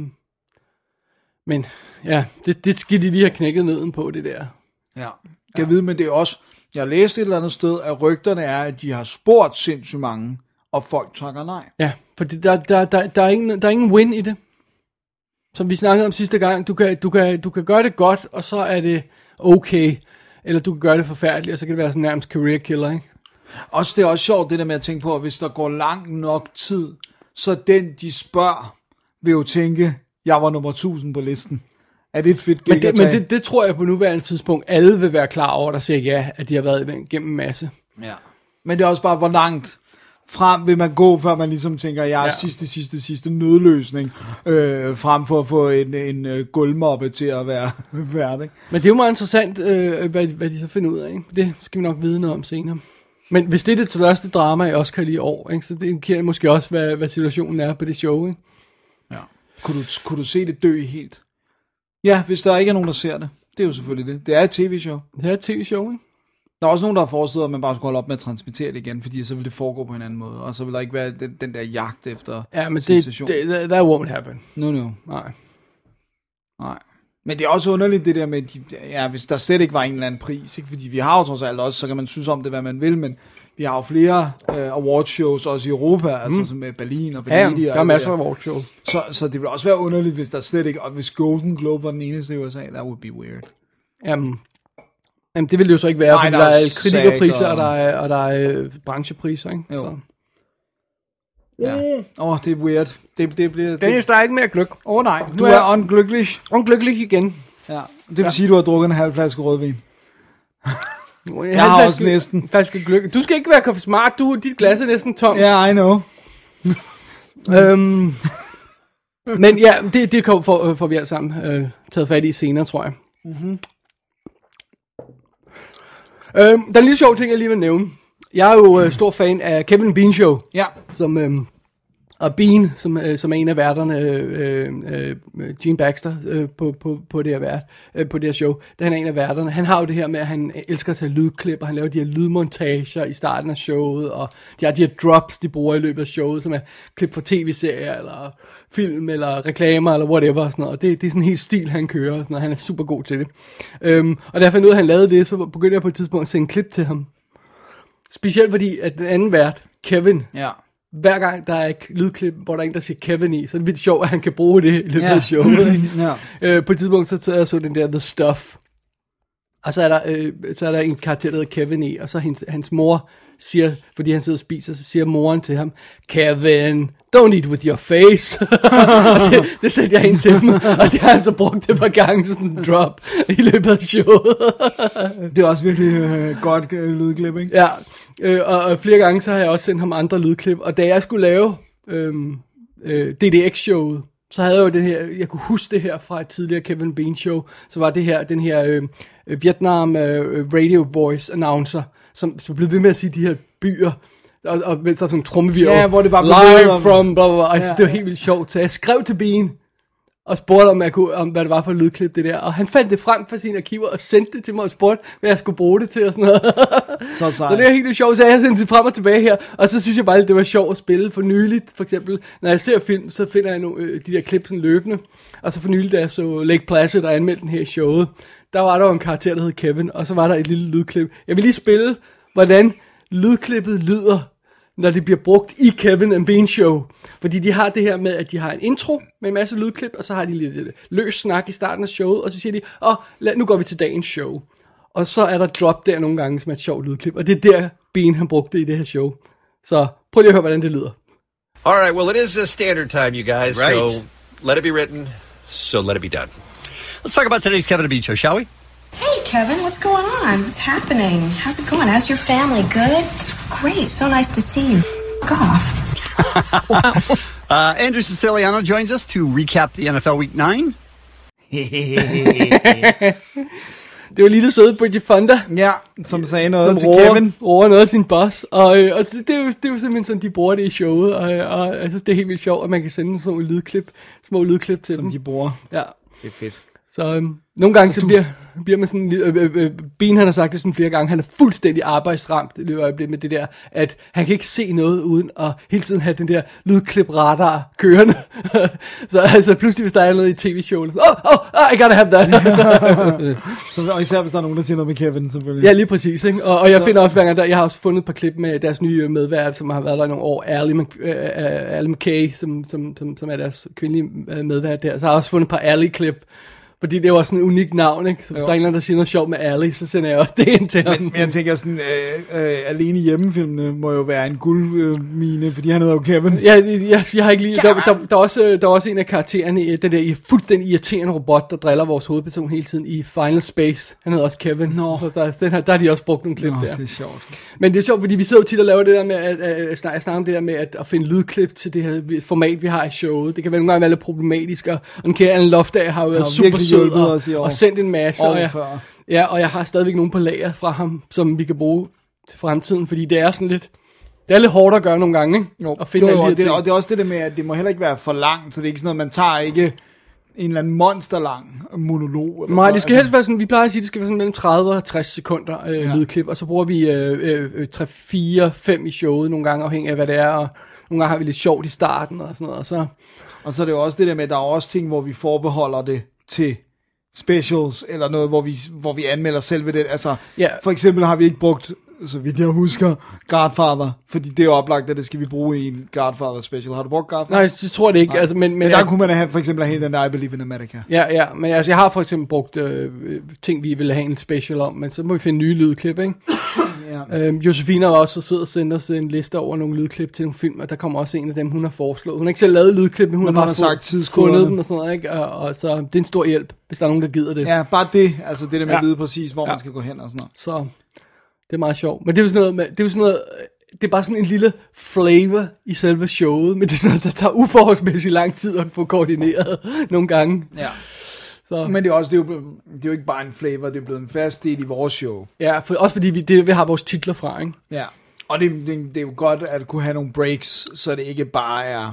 Men ja, det skal de lige have knækket neden på, det der. Ja, jeg ved, men det er også... Jeg har læst et eller andet sted, at rygterne er, at de har spurgt sindssygt mange, og folk takker nej. Ja, for der er ingen win i det. Som vi snakkede om sidste gang, du kan gøre det godt, og så er det okay. Eller du kan gøre det forfærdeligt, og så kan det være sådan nærmest career killer, ikke? Det er også sjovt, det der med at tænke på, at hvis der går lang nok tid, så den, de spørger, vil jo tænke, jeg var nummer 1000 på listen. Er det et fedt gig at tage? Men det tror jeg på nuværende tidspunkt, alle vil være klar over, der siger ja, at de har været igennem en masse. Ja. Men det er også bare, hvor langt frem vil man gå, før man ligesom tænker, jeg er sidste nødløsning, frem for at få en gulvmoppe til at være værd, ikke? Men det er jo meget interessant, hvad de så finder ud af, ikke? Det skal vi nok vide noget om senere. Men hvis det er det største drama i Oscar lige i år, ikke, så det indikerer måske også, hvad situationen er på det show, ikke? Ja. Kunne du se det dø helt? Ja, hvis der ikke er nogen, der ser det. Det er jo selvfølgelig det. Det er et tv-show. Det er et tv-show, ikke? Der er også nogen, der har foreslået, at man bare skulle holde op med at transmittere det igen, fordi så vil det foregå på en anden måde, og så vil der ikke være den der jagt efter sensation. That won't happen. No. Nej. Men det er også underligt det der med, hvis der slet ikke var en eller anden pris, ikke? Fordi vi har jo trods alt også, så kan man synes om det, hvad man vil, men vi har jo flere awardshows også i Europa, altså som med Berlin og Venedig. Ja, der er masser af awardshows. Så det vil også være underligt, hvis der slet ikke, og hvis Golden Globe var den eneste i USA, that would be weird. Jamen, det vil det jo så ikke være, fordi der er kritikerpriser, og der er branchepriser, ikke? Jo. Så. Ja. Det er weird. Det bliver... Dennis, der er ikke mere gløk. Nej, du er unglyklig. Unglyklig igen. Ja, det vil sige, at du har drukket en halv flaske rødvin. Jeg har også næsten. Flaske gløk. Du skal ikke være for smart, dit glas er næsten tom. Ja, yeah, I know. Men ja, det får vi alle sammen taget fat i senere, tror jeg. Mm-hmm. Der er en lille sjov ting, jeg lige vil nævne. Jeg er jo stor fan af Kevin Bean Show. Ja. Og Bean, som er en af værterne, Gene Baxter, på det her på det her show, han er en af værterne. Han har jo det her med, at han elsker at tage lydklip, og han laver de her lydmontager i starten af showet, og de har de her drops, de bruger i løbet af showet, som er klip fra tv-serier, eller film, eller reklamer, eller whatever, og sådan noget. Og det er sådan en helt stil, han kører, og sådan noget. Han er super god til det. Og derfor ud, at han lavede det, så begyndte jeg på et tidspunkt at sende klip til ham. Specielt fordi, at den anden vært, Kevin, hver gang der er et lydklip, hvor der er en, der siger Kevin i, så er det vildt sjovt, at han kan bruge det i løbet af showet. På et tidspunkt så den der The Stuff. Og så er der en karakter, der hedder Kevin i, og så hans mor siger, fordi han sidder og spiser, så siger moren til ham, Kevin, don't eat with your face. det sætter jeg ind til dem, og det har han så brugt et par gange, sådan en drop i løbet af showet. Det er også virkelig godt lydklip, ikke? Ja, og flere gange så har jeg også sendt ham andre lydklip, og da jeg skulle lave DDX-showet, så havde jeg jo det her, jeg kunne huske det her fra et tidligere Kevin Bean show, så var det her, den her Vietnam radio voice announcer, som blev ved med at sige de her byer, og med sådan en trommevirvel. Ja, hvor det bare live from, blah, blah, blah. Og jeg synes, det var helt vildt sjovt, så jeg skrev til Bean, og spurgte om hvad det var for et lydklip, det der, og han fandt det frem fra sine arkiver, og sendte det til mig, og spurgte, hvad jeg skulle bruge det til, og sådan noget. Så det er helt vildt sjovt, så jeg sendte det frem og tilbage her, og så synes jeg bare, det var sjovt at spille. For nyligt, for eksempel, når jeg ser film, så finder jeg de der klip sådan løbende, og så for nyligt, da jeg så Lake Placid og anmeldte den her i showet, der var der jo en karakter, der hed Kevin, og så var der et lille lydklip. Jeg vil lige spille, hvordan lydklippet lyder, når det bliver brugt i Kevin and Bean show. Fordi de har det her med, at de har en intro med en masse lydklip, og så har de lidt løs snak i starten af showet, og så siger de, nu går vi til dagens show. Og så er der drop der nogle gange, som er et sjovt lydklip, og det er der Bean han brugte i det her show. Så prøv lige at høre, hvordan det lyder. Alright, well it is a standard time, you guys, Right. so let it be written, so let it be done. Let's talk about today's Kevin and Bean show, shall we? Hey, Kevin, what's going on? What's happening? How's it going? How's your family? Good? It's great. So nice to see you. F*** off. Andrew Siciliano joins us to recap the NFL Week 9. Det var lige det søde Bridget Fonda, Ja, som sagde noget som til roer, Kevin. roer noget af sin boss, og det er jo simpelthen sådan, de bruger det i showet, og jeg synes, det er helt vildt sjovt, at man kan sende sådan nogle små lydklip til Som dem. de bruger. Ja. Det er fedt. Så nogle gange så bliver man sådan, Bean han har sagt det sådan flere gange, han er fuldstændig arbejdsramt i løbet af øjeblikket med det der, at han kan ikke se noget uden at hele tiden have den der lydklip-radar kørende. Så altså pludselig, hvis der er noget i tv-showet, så, I gotta have that. Og især hvis der er nogen, der siger noget med Kevin, selvfølgelig. Ja, lige præcis, ikke? Og jeg finder også hver gang, jeg har også fundet et par klip med deres nye medvært, som har været der i nogle år, Ally McKay, som er deres kvindelige medvært der. Så har jeg også fundet et par Ally-klip, fordi det var sådan et unikt navn, ikke? Så hvis der er en eller anden, der siger noget sjovt med Ali, så sender jeg også det ind til ham. Men jeg tænker sådan, alene hjemmefilmene må jo være en guldmine, fordi han hedder jo Kevin. Ja, jeg har ikke lige... Der er også en af karaktererne i den der fuldstændig irriterende robot, der driller vores hovedperson hele tiden i Final Space. Han hedder også Kevin. Nå. Så der har de også brugt nogle klip der. Det er sjovt. Men det er sjovt, fordi vi sidder jo tit og laver det der med, at snakke om det der med at finde lydklip til det her format, vi har i showet. Det kan nogle gange være lidt problematisk, og den kære Anne Lofdag har jo været super sød og sendt en masse. Og jeg har stadigvæk nogen på lager fra ham, som vi kan bruge til fremtiden, fordi det er sådan lidt... Det er lidt hårdt at gøre nogle gange, ikke? Jo, at finde alle de her ting. Og det er også det der med, at det må heller ikke være for langt, så det er ikke sådan noget, man tager ikke en eller anden monsterlang monolog. Eller Nej, det skal helst være sådan, vi plejer at sige, det skal være sådan mellem 30 og 60 sekunder lydklip, og så bruger vi 3, 4, 5 i showet nogle gange, afhængig af hvad det er, og nogle gange har vi lidt sjovt i starten og sådan noget. Og så er det jo også det der med, at der er også ting, hvor vi forbeholder det til specials, eller noget, hvor vi anmelder selve det. Altså, for eksempel har vi ikke brugt, så vidt jeg husker, Godfather, fordi det er oplagt, at det skal vi bruge i en Godfather special. Har du brugt Godfather? Nej, det tror jeg det ikke. Altså, men der kunne man have, for eksempel have den der I Believe in America. Ja, men altså, jeg har for eksempel brugt ting, vi ville have en special om, men så må vi finde nye lydklip, ikke? Josefina var også sød og sendte os en liste over nogle lydklip til nogle film, og der kommer også en af dem, hun har foreslået. Hun har ikke selv lavet lydklip, men hun har bare fundet dem og sådan noget, ikke? Og så det er en stor hjælp, hvis der er nogen, der gider det. Ja, bare det, altså det der med at vide præcis, hvor man skal gå hen og sådan noget. Så det er meget sjovt. Men det er jo sådan noget, det er bare sådan en lille flavor i selve showet, men det er sådan noget, der tager uforholdsmæssigt lang tid at få koordineret nogle gange. Ja. Så. Men det er jo ikke bare en flavor, det er blevet en fast del i vores show. Ja, også fordi vi har vores titler fra, ikke? Ja, og det er jo godt at kunne have nogle breaks, så det ikke bare er,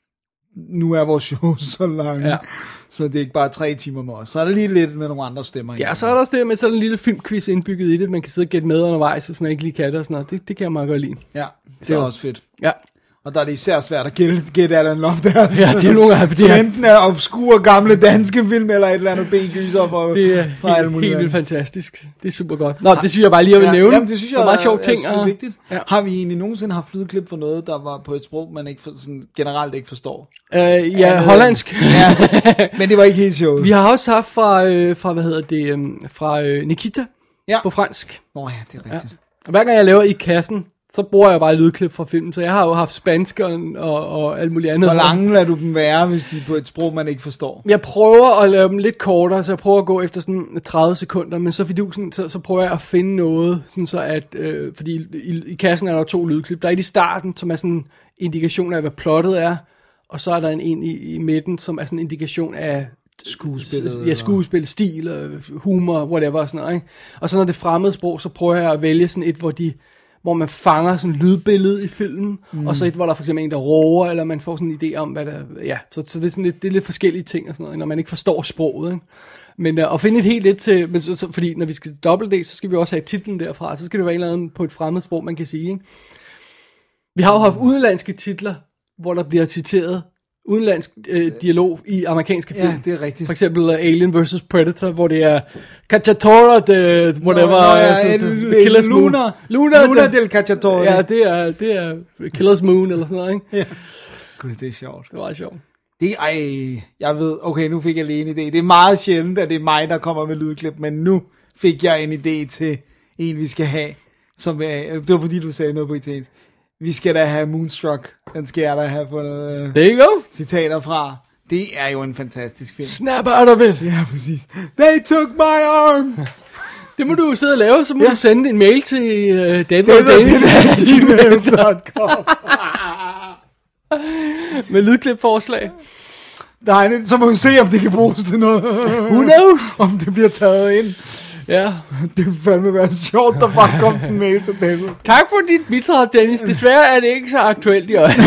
nu er vores show så langt, så det er ikke bare 3 timer med os. Så er der lige lidt med nogle andre stemmer. Ja, så er der også det med sådan en lille filmquiz indbygget i det, man kan sidde og gætte med undervejs, hvis man ikke lige kan det og sådan noget. Det kan jeg meget godt lide. Ja, det er også fedt. Ja. Og der er det især svært at gætte Alan Loftage. Ja, det er nogle gange, som enten er obskure gamle danske film, eller et eller andet B-gyser fra det er helt vildt fantastisk. Det er super godt. Nå, det synes jeg bare lige, jeg vil nævne. Jamen, det synes jeg er meget sjovt ting. Er vigtigt. Ja. Har vi egentlig nogensinde haft lydklip for noget, der var på et sprog, man ikke sådan, generelt ikke forstår? Hollandsk. Men det var ikke helt sjovt. Vi har også haft fra Nikita. på fransk. Ja, det er rigtigt. Og hver gang jeg laver i kassen, så bruger jeg bare lydklip fra filmen, så jeg har jo haft spansk og alt muligt andet. Hvor lange lader du dem være, hvis de er på et sprog, man ikke forstår? Jeg prøver at lave dem lidt kortere, så jeg prøver at gå efter sådan 30 sekunder, men så fidusen, så prøver jeg at finde noget, sådan så at, fordi i kassen er der 2 lydklip. Der er et i starten, som er sådan en indikation af, hvad plottet er, og så er der en i midten, som er sådan en indikation af skuespillet. Ja, skuespil, stil, humor, whatever og sådan noget, ikke? Og så når det er fremmed sprog, så prøver jeg at vælge sådan et, hvor man fanger sådan lydbillede i filmen, og så et, hvor der for eksempel en, der råber, eller man får sådan en idé om, hvad der... Ja, så det er sådan lidt, det er lidt forskellige ting og sådan noget, når man ikke forstår sproget, ikke? Men at finde et helt lidt til... Men fordi når vi skal dobbelt-D, så skal vi også have titlen derfra, så skal det være en eller anden på et fremmed sprog, man kan sige, ikke? Vi har jo haft udenlandske titler, hvor der bliver citeret udenlandsk dialog i amerikanske film. Ja, det er rigtigt. For eksempel Alien vs. Predator, hvor det er Cacciatore de whatever. Killer's Moon. Luna del Cacciatore. Ja, det er Killer's Moon eller sådan noget, ikke? Ja. Gud, det er sjovt. Det var sjovt. Jeg ved, okay, nu fik jeg lige en idé. Det er meget sjældent, at det er mig, der kommer med lydklip, men nu fik jeg en idé til en, vi skal have. Det var fordi, du sagde noget på italiensk. Vi skal da have Moonstruck. Den skal jeg da have på noget citater fra. Det er jo en fantastisk film. Snap out of it. Ja, præcis. They took my arm. Det må du sidde og lave, så må du sende en mail til David med lydklipforslag. Nej, så må vi se, om det kan bruges til noget. Who knows? Om det bliver taget ind. Ja. Det vil fandme være sjovt, der bare kom sådan en mail til David. Tak for dit bidrag, Dennis. Desværre er det ikke så aktuelt i øjeblikket.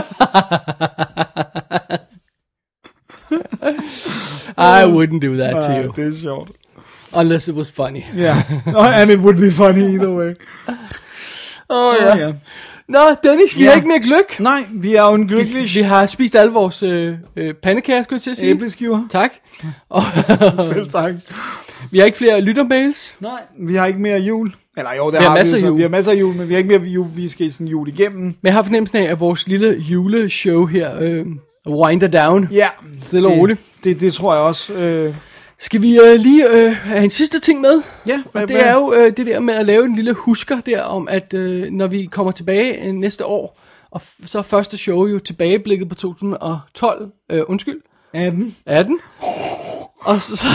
I wouldn't do that to you. Det er sjovt. Unless it was funny. Yeah. And it would be funny either way. Ja. Nå, Dennis, vi har ikke mere gløgg. Nej, vi er jo en gløglig. Vi har spist alle vores pandekager, skulle jeg til at sige. Æbleskiver. Tak. Selv tak. Vi har ikke flere lyttermails. Nej, vi har ikke mere jul. Eller jo, vi har masser af jul. Vi har masser af jul, men vi har ikke mere jul. Vi skal sådan jul igennem. Men jeg har fornemmelsen af, at vores lille juleshow her winder down. Ja. Stille og roligt. Det tror jeg også. Skal vi lige have en sidste ting med? Ja. Og det er jo det der med at lave en lille husker der om, at når vi kommer tilbage næste år, og så er første show jo tilbageblikket på 2012. 18. Og så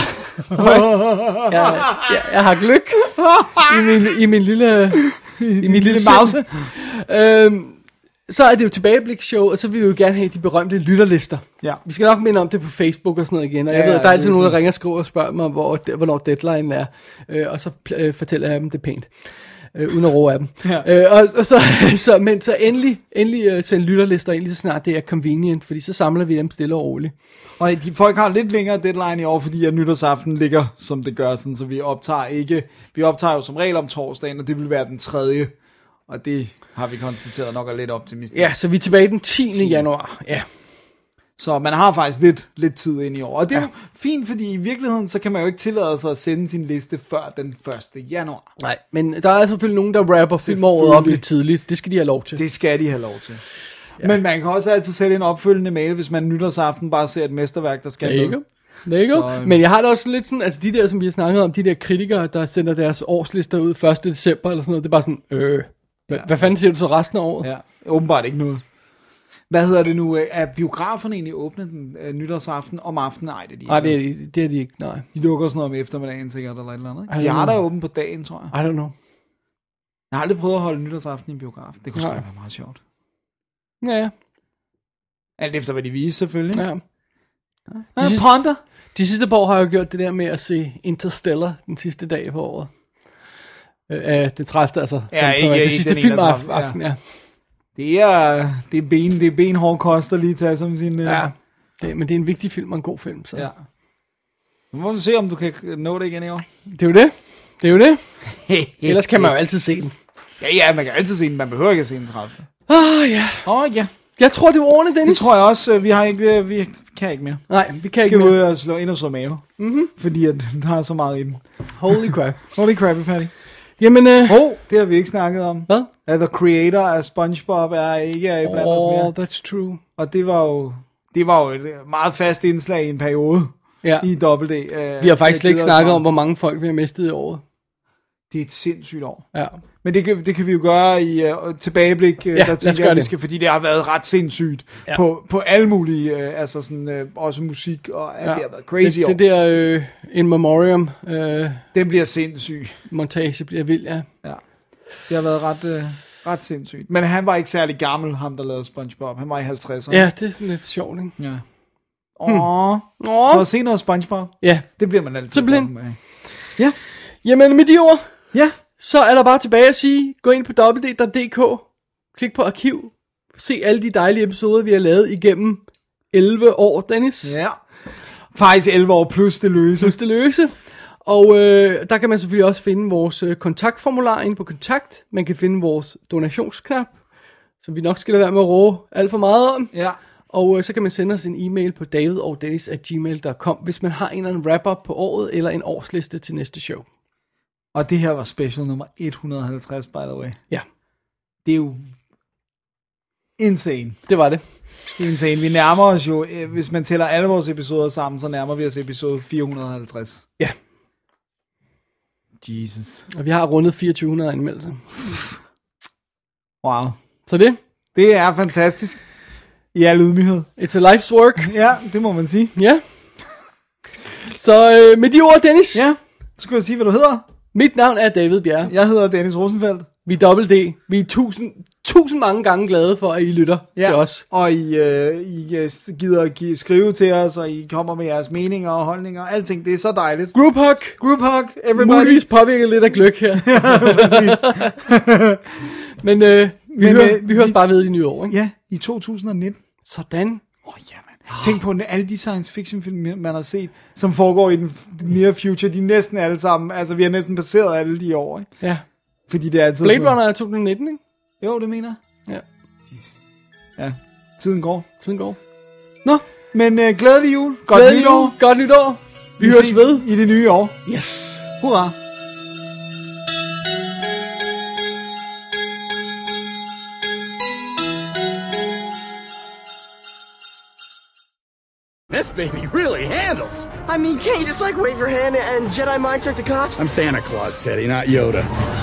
jeg har gløgg i min lille mause. Så er det jo tilbagebliksshow, og så vil vi jo gerne have de berømte lytterlister. Ja. Vi skal nok minde om det på Facebook og sådan noget igen. Og jeg ved, der er altid nogen, der ringer og skriver og spørger mig, hvornår deadline er. Og så fortæller jeg dem det pænt. Uden at råbe af dem. Ja. Men så endelig send lytterlister ind lige så snart det er convenient, fordi så samler vi dem stille og roligt. Og folk har lidt længere deadline i år, fordi at nytårsaften ligger, som det gør, sådan, så vi optager jo som regel om torsdagen, og det vil være den 3. Og det har vi konstateret nok er lidt optimistisk. Ja, så vi er tilbage den 10. januar. Ja. Så man har faktisk lidt tid ind i år. Og det er jo fint, fordi i virkeligheden, så kan man jo ikke tillade sig at sende sin liste før den 1. januar. Nej, men der er selvfølgelig nogen, der rapper filmåret op lidt tidligt. Det skal de have lov til. Det skal de have lov til. Ja. Men man kan også altid sætte en opfølgende mail, hvis man nytårsaften bare ser et mesterværk, der skal med. Men jeg har da også lidt sådan, altså de der, som vi har snakket om, de der kritikere, der sender deres årslister ud 1. december eller sådan noget, det er bare sådan, hvad fanden siger du så resten af året? Ja, åbenbart ikke noget. Hvad hedder det nu? Er biograferne egentlig åbnet den nytårsaften om aftenen? Nej, det er de ikke. Nej, det er de ikke, nej. De lukker sådan noget om eftermiddagen sikkert, eller et eller andet. De har der åbent på dagen, tror jeg. I don't know. Jeg har aldrig prøvet at holde nytårsaften i biograf. Det kunne sgu være meget sjovt. Ja. Alt efter, hvad de viser, selvfølgelig. Ja. De sidste par år har jeg jo gjort det der med at se Interstellar den sidste dag på året. Den 30. altså. Det sidste filmaften, ja. Det er benhård kost at lige tage som sin... men det er en vigtig film og en god film. Så. Ja. Nu må vi se, om du kan nå det igen i år. Det er jo det. Ellers kan man jo altid se den. Ja, man kan altid se den. Man behøver ikke at se den 30. Ja. Jeg tror, det var ordentligt, Dennis. Det tror jeg også. Vi kan ikke mere. Nej, vi kan ikke mere. Skal vi ud og slå ind og slå mave. Fordi at der er så meget i den. Holy crap. Holy crap, Patty. Jamen, det har vi ikke snakket om. Hvad? At the creator af SpongeBob er ikke blandt os mere. That's true. Og det var jo et meget fast indslag i en periode i Double D. Vi har faktisk slet ikke snakket om, hvor mange folk vi har mistet i året. Det er et sindssygt år. Ja. Men det kan vi jo gøre i tilbageblik, der tænker jeg, vi skal, fordi det har været ret sindssygt på alle mulige, altså sådan, også musik, og det har været crazy år. Det der In Memoriam. Den bliver sindssyg. Montage bliver vild, ja. Det har været ret sindssygt. Men han var ikke særlig gammel, ham der lavede SpongeBob. Han var i 50'erne. Ja, det er sådan lidt sjovt, ikke? Ja. Så at se noget SpongeBob. Ja. Det bliver man altid. Simpelthen. Ja. Jamen med de ord. Ja. Så er der bare tilbage at sige, gå ind på www.dk, klik på arkiv, se alle de dejlige episoder, vi har lavet igennem 11 år, Dennis. Ja. Faktisk 11 år plus det løse. Og der kan man selvfølgelig også finde vores kontaktformular inde på kontakt. Man kan finde vores donationsknap, som vi nok skal lade være med at råbe alt for meget om. Ja. Og så kan man sende os en e-mail på davidogdennis@gmail.com, hvis man har en eller anden wrap-up på året, eller en årsliste til næste show. Og det her var special nummer 150, by the way. Ja. Det er jo insane. Det var det. Det er insane. Vi nærmer os jo, hvis man tæller alle vores episoder sammen, så nærmer vi os episode 450. Ja. Jesus. Og vi har rundet 2400 anmeldelser. Wow. Så det? Det er fantastisk. I al ydmyghed. It's a life's work. Ja, det må man sige. Ja. Så med de ord, Dennis. Ja. Så skal jeg sige, hvad du hedder. Mit navn er David Bjerre. Jeg hedder Dennis Rosenfeldt. Vi er Double D. Vi er tusind mange gange glade for, at I lytter til os. Og I gider skrive til os, og I kommer med jeres meninger og holdninger og alting. Det er så dejligt. Group hug, everybody. Muligvis påvirker lidt af gløk her. Men vi høres bare ved i nye år, ikke? Ja, i 2019. Sådan. Jamen. Tænk på alle de science fiction film, man har set, som foregår i den near future. De er næsten alle sammen, altså vi har næsten passeret alle de år, ikke? Ja. Fordi det er altid Blade Runner er 2019, ikke? Jo, det mener jeg. Ja. Ja, tiden går. Nå, men glædelig jul. Godt nytår. Godt nytår. Vi høres ved i det nye år. Yes. Hurra. This baby really handles. I mean, can't you just wave your hand and Jedi mind trick the cops? I'm Santa Claus, Teddy, not Yoda.